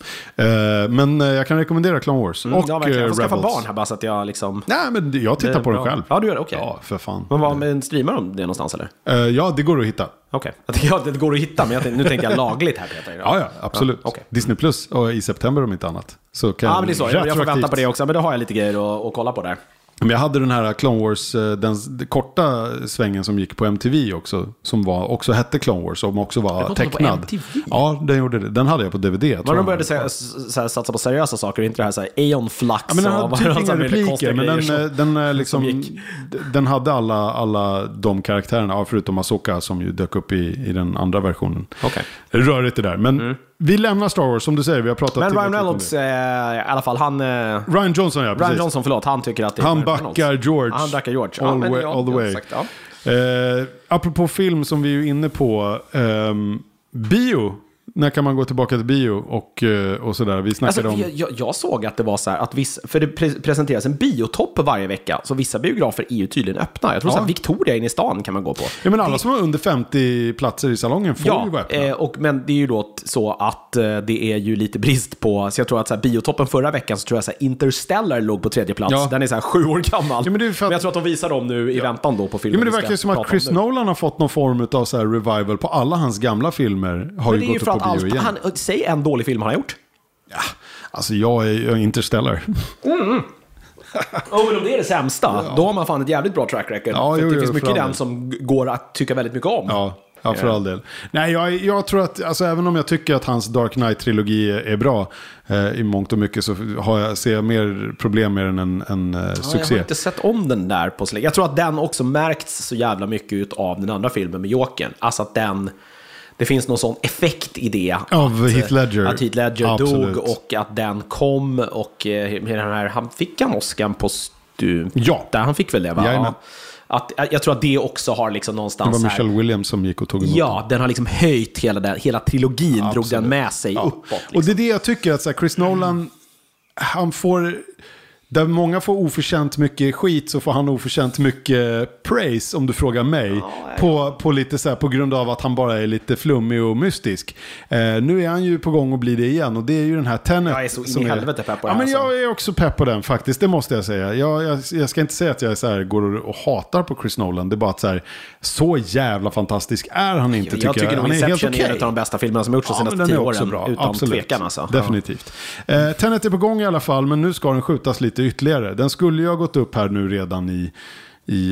Men jag kan rekommendera Clone Wars och jag får Rebels. Skaffa barn här bara så att jag liksom... Nej, men jag tittar på den själv. Ja, du gör det, okej. Ja, för fan. Men streamar de det någonstans, eller? Ja, det går att hitta. Okej. Det går att hitta, men nu tänker jag lagligt här, Peter. Ja, absolut. Disney Plus och i september om inte annat. Så kan men det är så. Jag får vänta på det också, men då har jag lite grejer att kolla på där. Men jag hade den här Clone Wars, den korta svängen som gick på MTV också, som också hette Clone Wars, som också var tecknad. Ja, den gjorde det. Den hade jag på DVD. Men de började satsa på seriösa saker, inte det här så här Aeon Flux. Ja, men den hade typ inga repliker, men den hade alla de karaktärerna, förutom Ahsoka som ju dök upp i den andra versionen. Rörigt det där, men vi lämnar Star Wars, som du säger, vi har pratat. Men Ryan Reynolds, i alla fall, han... Ryan Johnson, ja, precis. Ryan Johnson, förlåt, han tycker att det är han backar George. Han backar George. All the way. Apropå film som vi är inne på, bio När kan man gå tillbaka till bio och sådär? Vi snackade om... Jag såg att det var så här att för det presenteras en biotopp varje vecka, så vissa biografer är ju tydligen öppna. Jag tror så att Victoria inne i stan kan man gå på. Ja, men alla som har under 50 platser i salongen får ju vara öppna. Men det är ju då så att det är ju lite brist på, så jag tror att så här, biotoppen förra veckan, så tror jag så här, Interstellar låg på 3:e plats. Den är så här 7 år gammal. Ja, men jag tror att de visar dem nu i väntan då på filmen. Ja, men det verkar som att Chris Nolan har fått någon form av så här revival på alla hans gamla filmer. Har ju gått upp på bio igen. Säg en dålig film han har gjort. Ja, alltså jag är Interstellar. Men om det är det sämsta, då har man fan ett jävligt bra track record. Ja, för det finns mycket i den som går att tycka väldigt mycket om. Ja, för all del. Nej, jag tror att, alltså, även om jag tycker att hans Dark Knight-trilogi är bra i mångt och mycket, så ser jag mer problem med den än succé. Jag har inte sett om den där på så länge. Jag tror att den också märkts så jävla mycket av den andra filmen med Jokern. Alltså att det finns någon sån effekt i det. Av Heath Ledger. Att Heath Ledger dog och att den kom och den här, han fick en Oscar på där han fick väl det, va? Jag tror att det också har liksom någonstans... Det var Michelle Williams som gick och tog emot. Ja, den har liksom höjt hela trilogin, drog den med sig uppåt. Liksom. Och det är det jag tycker, att så här, Chris Nolan, han får... Där många får oförtjänt mycket skit, så får han oförtjänt mycket praise, om du frågar mig. På lite så här, på grund av att han bara är lite flummig och mystisk. Nu är han ju på gång att bli det igen, och det är ju den här Tenet. Jag är så in i helvete pepp på det. Ja, men jag är också pepp på den faktiskt, det måste jag säga. Jag ska inte säga att jag så här, går och hatar på Chris Nolan. Det är bara att så jävla fantastisk är han inte, tycker jag. Jag tycker han är helt okej. Är en av de bästa filmerna som gjorts de senaste 10 åren. Bra. Utan Absolut. tvekan alltså. Definitivt. Tenet är på gång i alla fall, men nu ska den skjutas lite ytterligare. Den skulle ju ha gått upp här nu redan i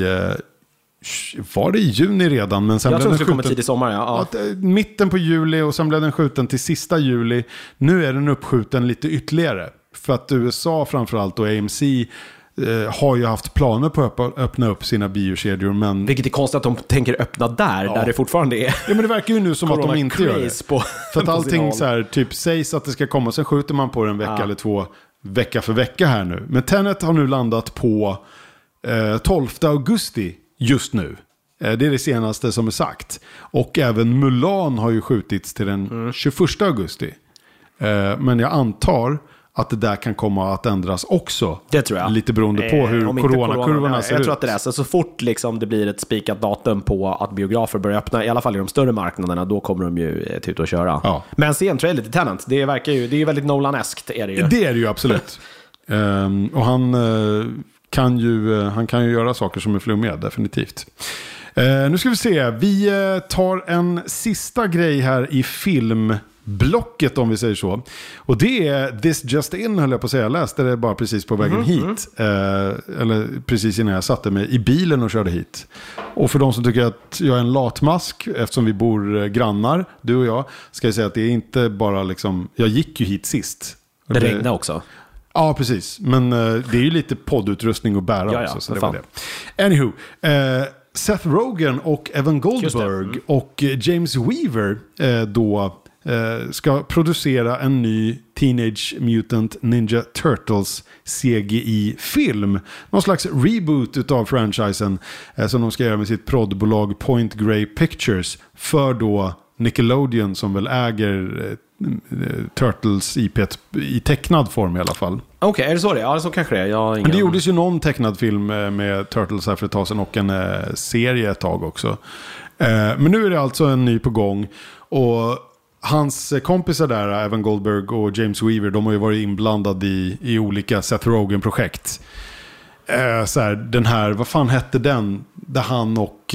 var det i juni redan, men sen jag blev tror den skjuten tidigt i sommar, mitten på juli, och sen blev den skjuten till sista juli. Nu är den uppskjuten lite ytterligare, för att USA framförallt och AMC har ju haft planer på att öppna upp sina biokedjor, men... Vilket är konstigt att de tänker öppna där det fortfarande är... Ja, men det verkar ju nu som att de inte gör det. För att allting så här, typ sägs att det ska komma, sen skjuter man på en vecka eller 2 vecka för vecka här nu. Men Tenet har nu landat på 12 augusti just nu. Det är det senaste som är sagt. Och även Mulan har ju skjutits till den 21 augusti. Men jag antar att det där kan komma att ändras också. Det tror jag. Lite beroende på hur coronakurvorna ser ut. Jag tror att det är så fort liksom det blir ett spikat datum på att biografer börjar öppna, i alla fall i de större marknaderna, då kommer de ju ut och köra. Ja. Men se en trailer till Tenet, det är ju väldigt Nolan-eskt, är det ju. Det är det ju absolut. Och han kan ju göra saker som är flummiga, definitivt. Nu ska vi se. Vi tar en sista grej här i filmblocket, om vi säger så. Och det är This Just In, höll jag på att säga. Jag läste det bara precis på vägen hit. Eller precis innan jag satte mig i bilen och körde hit. Och för de som tycker att jag är en latmask, eftersom vi bor grannar, du och jag, ska jag säga att det är inte bara liksom... Jag gick ju hit sist. Det regnade också. Ja, precis. Men det är ju lite poddutrustning att bära också. Så det var det. Anywho, Seth Rogen och Evan Goldberg och James Weaver ska producera en ny Teenage Mutant Ninja Turtles CGI-film. Någon slags reboot utav franchisen som de ska göra med sitt proddbolag Point Grey Pictures för då Nickelodeon, som väl äger Turtles IP:t i tecknad form i alla fall. Okej, är det så det? Ja, så kanske det är. Men det gjordes ju någon tecknad film med Turtles här för ett tag sedan, och en serie ett tag också. Men nu är det alltså en ny på gång, och hans kompisar där, Evan Goldberg och James Weaver, de har ju varit inblandade i olika Seth Rogen-projekt. Så här, den här, vad fan hette den? Där han och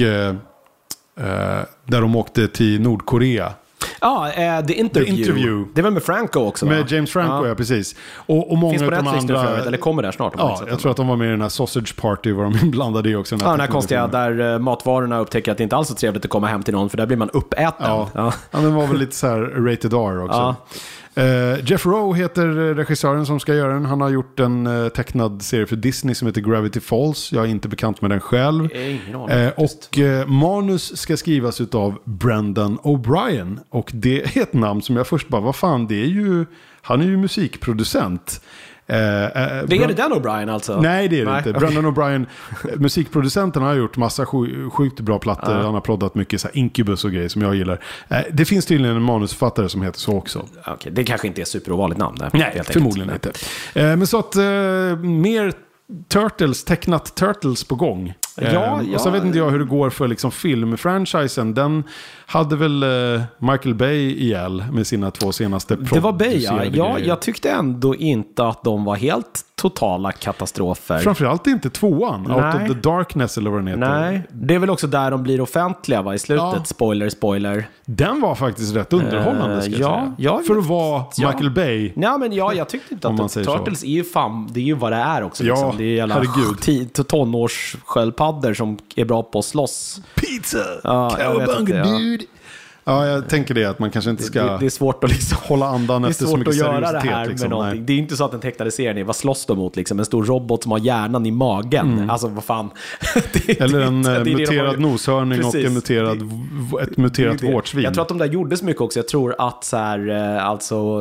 där de åkte till Nordkorea. Ja, The Interview. Det är väl med Franco också, va? Med James Franco, ja precis. Och många finns på av de andra... eller kommer där snart? Jag tror att de var med i den här Sausage Party, var de inblandade i också. Den här konstiga, där matvarorna upptäcker att det inte alls är trevligt att komma hem till någon, för där blir man uppäten. Ja, den var väl lite så här rated R också. Ja. Jeff Rowe heter regissören som ska göra den. Han har gjort en tecknad serie för Disney som heter Gravity Falls. Jag är inte bekant med den själv. Och manus ska skrivas utav Brendan O'Brien. Och det är ett namn som jag först bara, vad fan, det är ju, han är ju musikproducent. Det är det Dan O'Brien alltså? Nej, det är det inte. Brendan O'Brien, musikproducenten, har gjort massa sjukt bra plattor. Han har proddat mycket så här Incubus och grejer som jag gillar. Det finns tydligen en manusförfattare som heter så också. Okej, det kanske inte är superovanligt namn där. Nej, förmodligen inte. Men så att mer tecknat Turtles på gång. Och så vet inte jag hur det går för liksom filmfranchisen. Den hade väl Michael Bay ihjäl med sina 2 senaste. Det var Bay, ja. Jag tyckte ändå inte att de var helt totala katastrofer. Framförallt inte 2:an, Out of the Darkness eller vad den heter. Nej, det är väl också där de blir offentliga i slutet. Ja. Spoiler. Den var faktiskt rätt underhållande ska jag säga. För att vara Michael Bay. Nej, men jag tyckte inte att Turtles är ju fan, det är ju vad det är också. Ja, liksom. Det är jävla tonårssköldpaddor som är bra på att slåss. Pizza! Cowabunga dude! Ja, jag tänker det, att man kanske inte ska det är svårt att liksom hålla andan efter så mycket seriositet. Det är svårt att göra det här liksom, med någonting. Det är inte så att den tecknade serien är, vad slåss de mot liksom? En stor robot som har hjärnan i magen. Alltså, vad fan. Eller en muterad noshörning. Precis. Och ett muterat vårtsvin. Jag tror att de där gjorde så mycket också. Jag tror att så här, alltså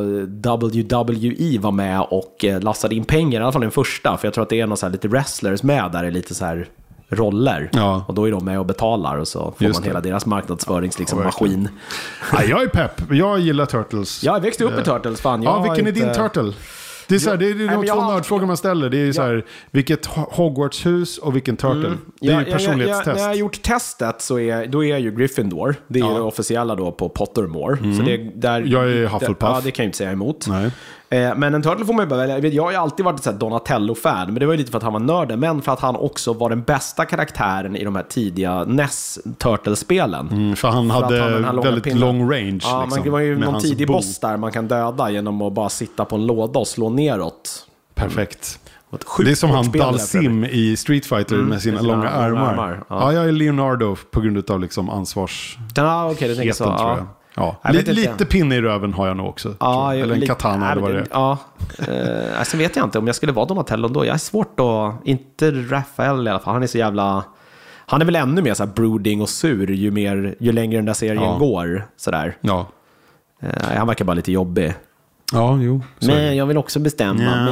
WWE var med och lastade in pengar, i alla fall den första. För jag tror att det är någon så här lite wrestlers med där, är lite så här roller. Ja. Och då är de med och betalar, och så får man hela deras marknadsförings liksom, maskin. Ja, jag är pepp. Jag gillar Turtles. Jag växte upp i Turtles, fan. Ja, vilken är din Turtle? Det är så här, det är de 2 nördfrågor man ställer. Det är så här, vilket Hogwarts-hus och vilken Turtle. Det är ju personlighetstest. När jag har gjort testet så då är jag ju Gryffindor. Det är ju det officiella då på Pottermore. Så det, där, jag är Hufflepuff. Ja, det kan jag inte säga emot. Nej. Men en Turtle får man ju bara välja. Jag har ju alltid varit ett Donatello-fan, men det var ju lite för att han var nörden, men för att han också var den bästa karaktären i de här tidiga NES-Turtle-spelen. För han hade väldigt long range. Ja, liksom, det var ju någon tidig boss där man kan döda genom att bara sitta på en låda och slå neråt. Perfekt. Det är som han Dalsim i Street Fighter med sina långa armar. Ja, jag är Leonardo på grund av liksom ansvars... Ja, okej, det tänker jag så. Tror jag. Ja, lite pinne i röven har jag nog också. Ja, eller en katana eller vad det är. Ja, alltså vet jag inte om jag skulle vara Donatello då. Jag är svårt att... Inte Raphael i alla fall. Han är så jävla... Han är väl ännu mer så här brooding och sur ju längre den där serien går. Sådär. Ja. Han verkar bara lite jobbig. Ja, jo. Men jag vill också bestämma.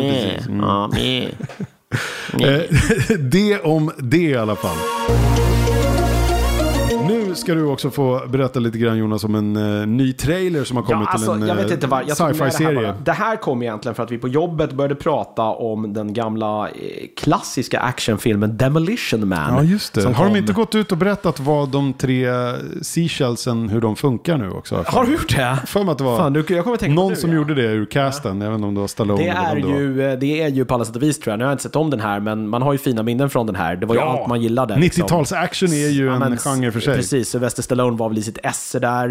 Det om det i alla fall. Nu ska du också få berätta lite grann, Jonas, om en ny trailer som har kommit till en sci-fi-serie. Det här kom egentligen för att vi på jobbet började prata om den gamla klassiska actionfilmen Demolition Man. Ja, just det. Har de inte gått ut och berättat vad de 3 seashellsen, hur de funkar nu också? Har du gjort det? För mig att det var jag kommer tänka någon som gjorde det ur casten. Jag vet inte om det var Stallone. Det är ju på alla sätt och vis, tror jag. Nu har jag inte sett om den här, men man har ju fina minnen från den här. Det var ju allt man gillade. 90-tals action är ju en genre för sig. Precis, Sylvester Stallone var väl i sitt esse där.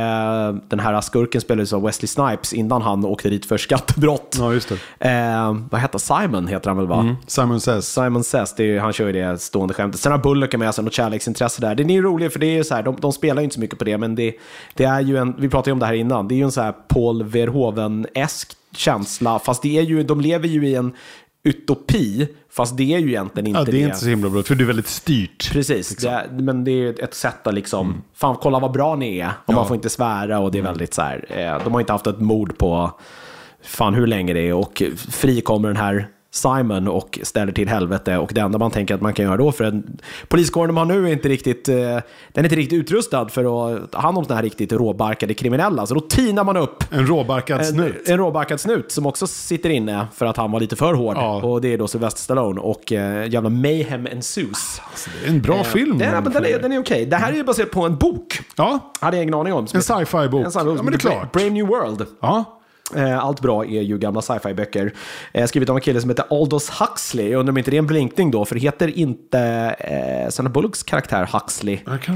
Den här skurken spelades av Wesley Snipes innan han åkte dit för skattebrott. Ja, just det. Vad heter Simon, heter han väl, va? Simon Says. Han kör ju det stående skämtet. Sen har Bullock med sig något kärleksintresse där. Det är ju roligt, för det är ju så här, de spelar ju inte så mycket på det, men det är ju vi pratade ju om det här innan. Det är ju en så här Paul Verhoeven-esk känsla, fast de lever ju i en utopi, fast det är ju egentligen inte det. Ja, det är inte så himla bra, för det är väldigt styrt. Precis, liksom. Men det är ett sätt att liksom, fan, kolla vad bra ni är. Och man får inte svära, och det är väldigt så här, de har inte haft ett mord på fan hur länge det är, och fri kommer den här Simon och ställer till helvete, och det enda man tänker att man kan göra då, för en poliskåren de har nu är inte riktigt, den är inte riktigt utrustad för att ta hand om såna här riktigt råbarkade kriminella, så då tinar man upp en råbarkad snut som också sitter inne för att han var lite för hård, och det är då Sylvester Stallone, och jävla mayhem ensues. Alltså, det är en bra film. Den är okej. Det här är ju baserat på en bok. Ja. Hade jag ingen aning om. En sci-fi bok. Ja, men det är klart. Brave New World. Ja. Allt bra är ju gamla sci-fi-böcker. Skrivit av en kille som heter Aldous Huxley. Jag undrar om inte det är en blinkning då, för det heter inte Sandra Bullocks karaktär Huxley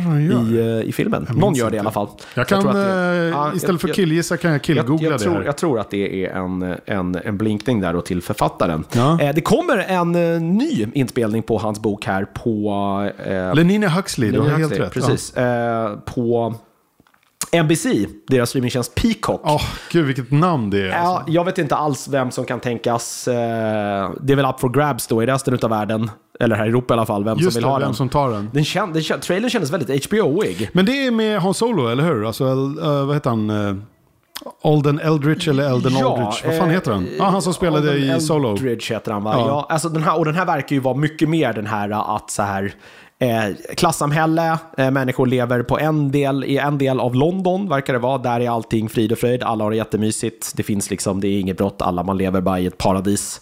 i filmen. Någon gör det i alla fall. Jag kan istället för killgissa kan jag killgoogla det här. Jag tror att det är en blinkning där då till författaren. Ja. Det kommer en ny inspelning på hans bok här på Lenina Huxley, du har helt rätt. Precis. På NBC, deras streamingtjänst Peacock. Gud, vilket namn det är. Ja, jag vet inte alls vem som kan tänkas. Det är väl up for grabs då i resten av världen. Eller här i Europa i alla fall. Vem som vill ha den. Som tar den. Trailern kändes väldigt HBO-ig. Men det är med Han Solo, eller hur? Alltså, vad heter han? Alden Eldritch eller Elden Aldrich. Vad fan heter han? Han som spelade Alden i Solo. Eldritch heter han, va? Ja, alltså den här verkar ju vara mycket mer den här att så här klassamhälle, människor lever på i en del av London, verkar det vara. Där är allting frid och fröjd, alla har det jättemysigt. Det finns liksom, det är inget brott, man lever bara i ett paradis.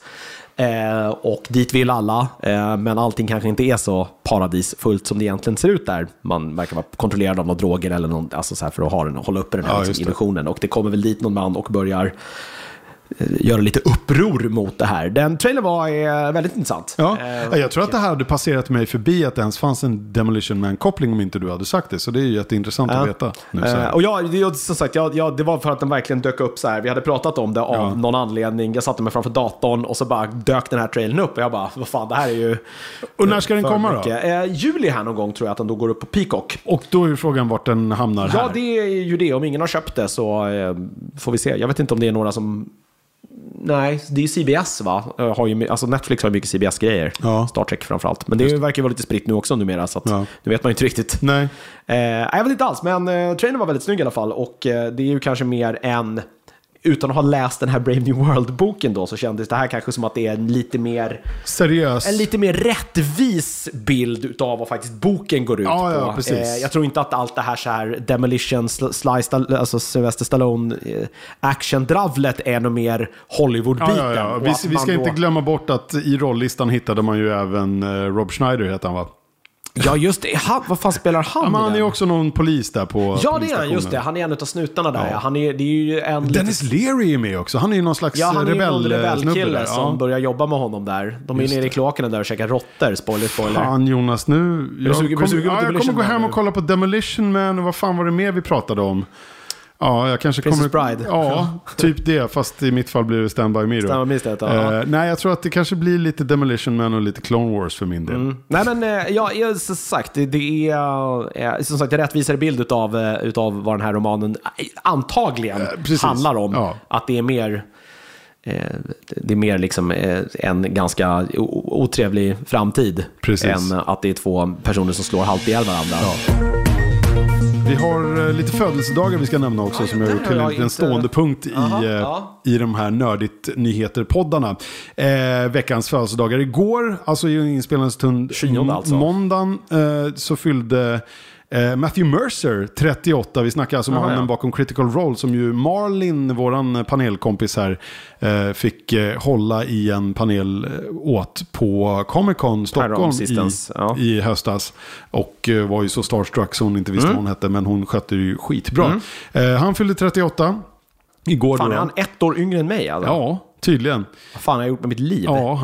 Och dit vill alla, men allting kanske inte är så paradisfullt som det egentligen ser ut där. Man verkar vara kontrollerad av några droger eller något, alltså så här för att hålla uppe den här illusionen. Och det kommer väl dit någon man och börjar göra lite uppror mot det här. Den trailern var väldigt intressant. Ja, jag tror att det här hade passerat mig förbi att det ens fanns en Demolition Man-koppling om inte du hade sagt det. Så det är ju jätteintressant att veta. Nu, och som sagt, det var för att den verkligen dök upp så här. Vi hade pratat om det av någon anledning. Jag satte mig framför datorn och så bara dök den här trailern upp. Och jag bara, vad fan, det här är ju... Och när ska den komma då? Juli här någon gång tror jag att den då går upp på Peacock. Och då är ju frågan vart den hamnar här. Ja, det är ju det. Om ingen har köpt det så får vi se. Jag vet inte om det är några som... Nej, det är ju CBS, va? Alltså Netflix har ju mycket CBS-grejer. Ja. Star Trek framförallt. Men det verkar vara lite spritt nu också numera. Så att nu vet man ju inte riktigt. Nej. Jag vet inte alls, men trailern var väldigt snygg i alla fall. Och det är ju kanske mer än... Utan att ha läst den här Brave New World-boken då, så kändes det här kanske som att det är en lite mer... Seriös. En lite mer rättvis bild utav vad faktiskt boken går ut på. Ja, precis. Jag tror inte att allt det här Demolition, alltså Sylvester Stallone action-dravlet är något mer Hollywood-biten. Ja. Vi ska inte glömma bort att i rolllistan hittade man ju även Rob Schneider, heter han, va? Ja, just det. Vad fan spelar han? Ja, han är också någon polis där på... Ja, det är han, just det. Han är en av snutarna där. Ja. Det är ju en... Dennis Leary är med också. Han är ju någon slags rebellkille som börjar jobba med honom där. De är nere i kloakerna där och käkar råttor. Spoiler. Fan, Jonas, nu... Jag kommer gå hem och kolla på Demolition Man. Och vad fan var det mer vi pratade om? Ja, jag kanske Princess Bride. Ja, typ det. Fast i mitt fall blir det Stand By Me då. Stand By Me istället, nej, jag tror att det kanske blir lite Demolition Man och lite Clone Wars för min del. Nej, men som sagt, det är som sagt en rättvisare bild utav vad den här romanen antagligen handlar om. Ja. Att det är mer liksom en ganska otrevlig framtid. Precis. Än att det är två personer som slår halvt ihjäl varandra. Ja. Vi har lite födelsedagar vi ska nämna också, som jag har gjort till en stående punkt i de här nördigt nyheter-poddarna. Veckans födelsedagar igår, alltså i inspelningens stund måndagen, så fyllde Matthew Mercer 38. Vi snackar alltså mannen bakom Critical Role, som ju Marlin, våran panelkompis här, fick hålla i en panel åt på Comic Con Stockholm i höstas. Och var ju så starstruck så hon inte visste vad hon hette, men hon skötte ju skitbra. Han fyllde 38 igår. Fan, är han ett år yngre än mig? Alltså? Ja, tydligen. Vad fan har jag gjort med mitt liv? Ja,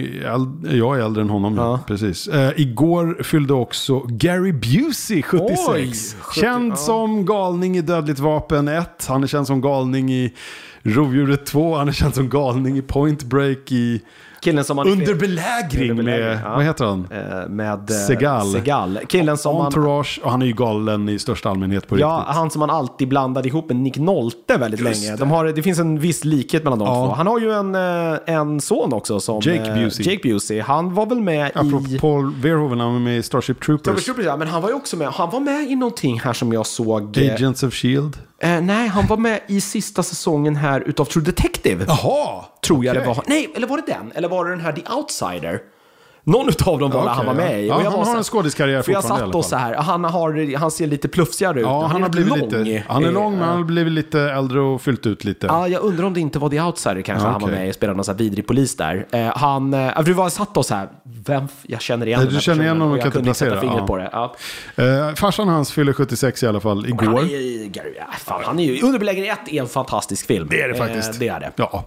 jag är äldre än honom. Ja. Precis. Igår fyllde också Gary Busey 76. Känd som galning i Dödligt vapen 1. Han är känd som galning i Rovdjuret 2. Han är känd som galning i Point Break i... Killen som Under belägring med, vad heter han? Med Segal. Killen som Entourage, och han är ju galen i största allmänhet på riktigt. Ja, han som man alltid blandade ihop med Nick Nolte väldigt länge. Det finns en viss likhet mellan de två. Han har ju en son också som Jake Busey. Han var väl med i... Paul Verhoeven, han var med i Starship Troopers. Ja, men han var ju också med. Han var med i någonting här som jag såg... Agents of S.H.I.E.L.D. Nej, han var med i sista säsongen här utav True Detective. Jaha! Tror jag det var. Nej, eller var det den? Eller var det den här The Outsider? Någon utav dem var han var med i. Ja, han har en skådiskarriär fortfarande. För jag satt och så här, han ser lite plufsigare ut. Ja, han har blivit lite... Han är lång, men han har blivit lite äldre och fyllt ut lite. Ja, jag undrar om det inte var The Outsider kanske han var med i. Spelade någon så här vidrig polis där. Vi var satt oss här. Jag känner igen du känner igen honom och kan inte placera. Fingret på det. Ja. Farsan hans fyller 76 i alla fall igår. Han är ju... Under belägring 1 är en fantastisk film. Det är det faktiskt. Det är det. Ja.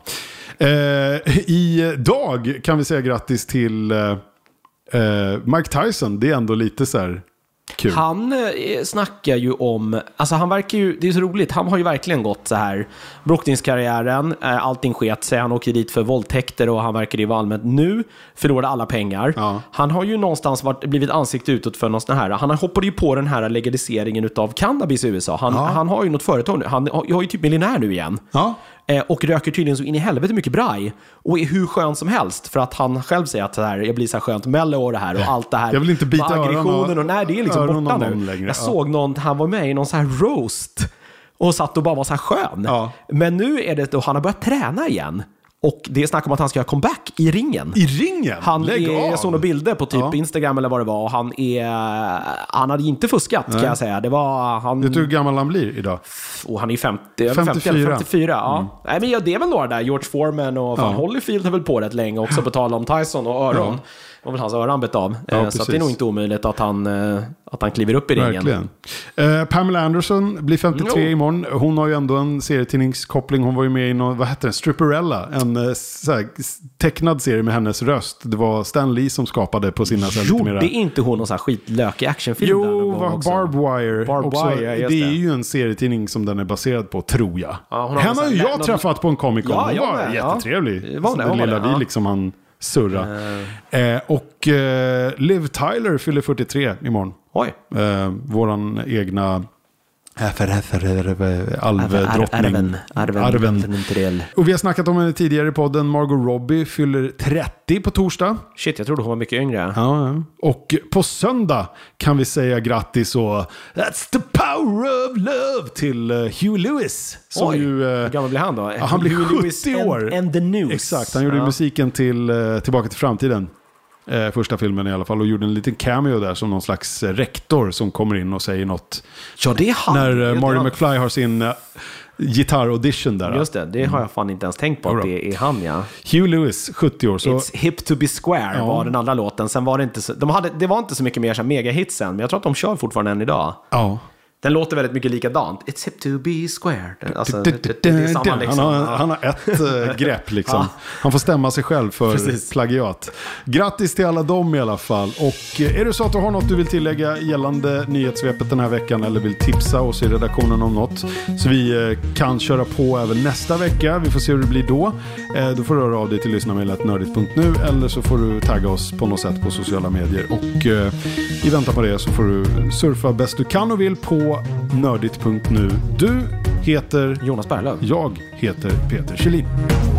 Idag kan vi säga grattis till Mike Tyson. Det är ändå lite så här kul. Han snackar ju om, alltså han verkar ju, det är så roligt, han har ju verkligen gått så här brottningskarriären, allting sket sig, han åker dit för våldtäkter och han verkar ju vara allmänt nu, förlorade alla pengar. Ja. Han har ju någonstans blivit ansikte utåt för någon sån här, han hoppade ju på den här legaliseringen utav cannabis i USA. Han har ju något företag nu, han har ju typ miljonär nu igen. Ja. Och röker tydligen så in i helvete mycket braj och är hur skön som helst, för att han själv säger att så här, jag blir så här skönt mello och det här och allt det här. Jag vill inte bita aggressionen och nej, det är liksom borta nu. Längre. Jag såg någon, han var med i någon så här roast och satt och bara var så här skön. Ja. Men nu är det då han har börjat träna igen. Och det är snack om att han ska göra comeback i ringen. I ringen? Jag såg några bilder på typ Instagram eller vad det var. Och han hade inte fuskat, kan jag säga. Det var han... Vet du hur gammal han blir idag? Och han är 54. Ja. Nej, men det är väl några där. George Foreman och Holyfield har väl på rätt länge också, på tal om Tyson och öron. Det var väl hans öron bet av. Så att det är nog inte omöjligt att han kliver upp i ringen. Verkligen. Pamela Anderson blir 53 imorgon. Hon har ju ändå en serietidningskoppling. Hon var ju med i någon, vad heter det? Stripperella. En tecknad serie med hennes röst. Det var Stan Lee som skapade på sina... Gjorde inte hon någon sån här skitlökig actionfilm? Jo, Barbed Wire. Det är ju en serietidning som den är baserad på, tror jag. Henne har ju jag träffat på en Comic Con. Hon var jättetrevlig. Den lilla vi liksom han surra. Och Liv Tyler fyller 43 imorgon. Oj. Våran egna alvdrottning. Arven. Och vi har snackat om henne tidigare i podden. Margot Robbie fyller 30 på torsdag. Shit, jag trodde hon var mycket yngre. Ja. Och på söndag kan vi säga grattis och That's the power of love till Hugh Lewis. Som hur gammal blir han då? Han blir 70 år. And the News. Exakt, han gjorde musiken till Tillbaka till framtiden. Första filmen i alla fall, och gjorde en liten cameo där som någon slags rektor som kommer in och säger något. Ja, det är han. När Marty McFly har sin gitarr-audition där. Just det har jag fan inte ens tänkt på att det är han, ja. Hugh Lewis, 70 år. Så... It's hip to be square var den andra låten. Sen var det inte så, det var inte så mycket mer så mega-hitsen, men jag tror att de kör fortfarande än idag. Ja. Den låter väldigt mycket likadant. It's hip to be square. Alltså, det är samma liksom. Han har ett grepp liksom. Han får stämma sig själv för plagiat. Grattis till alla dem i alla fall. Och är det så att du har något du vill tillägga gällande nyhetssvepet den här veckan, eller vill tipsa oss i redaktionen om något, så vi kan köra på även nästa vecka. Vi får se hur det blir då. Då får du höra av dig till lyssna@nördigt.nu, eller så får du tagga oss på något sätt på sociala medier. Och i väntan på det så får du surfa bäst du kan och vill på nördigt.nu. Du heter Jonas Berglöf. Jag heter Peter Kjellin.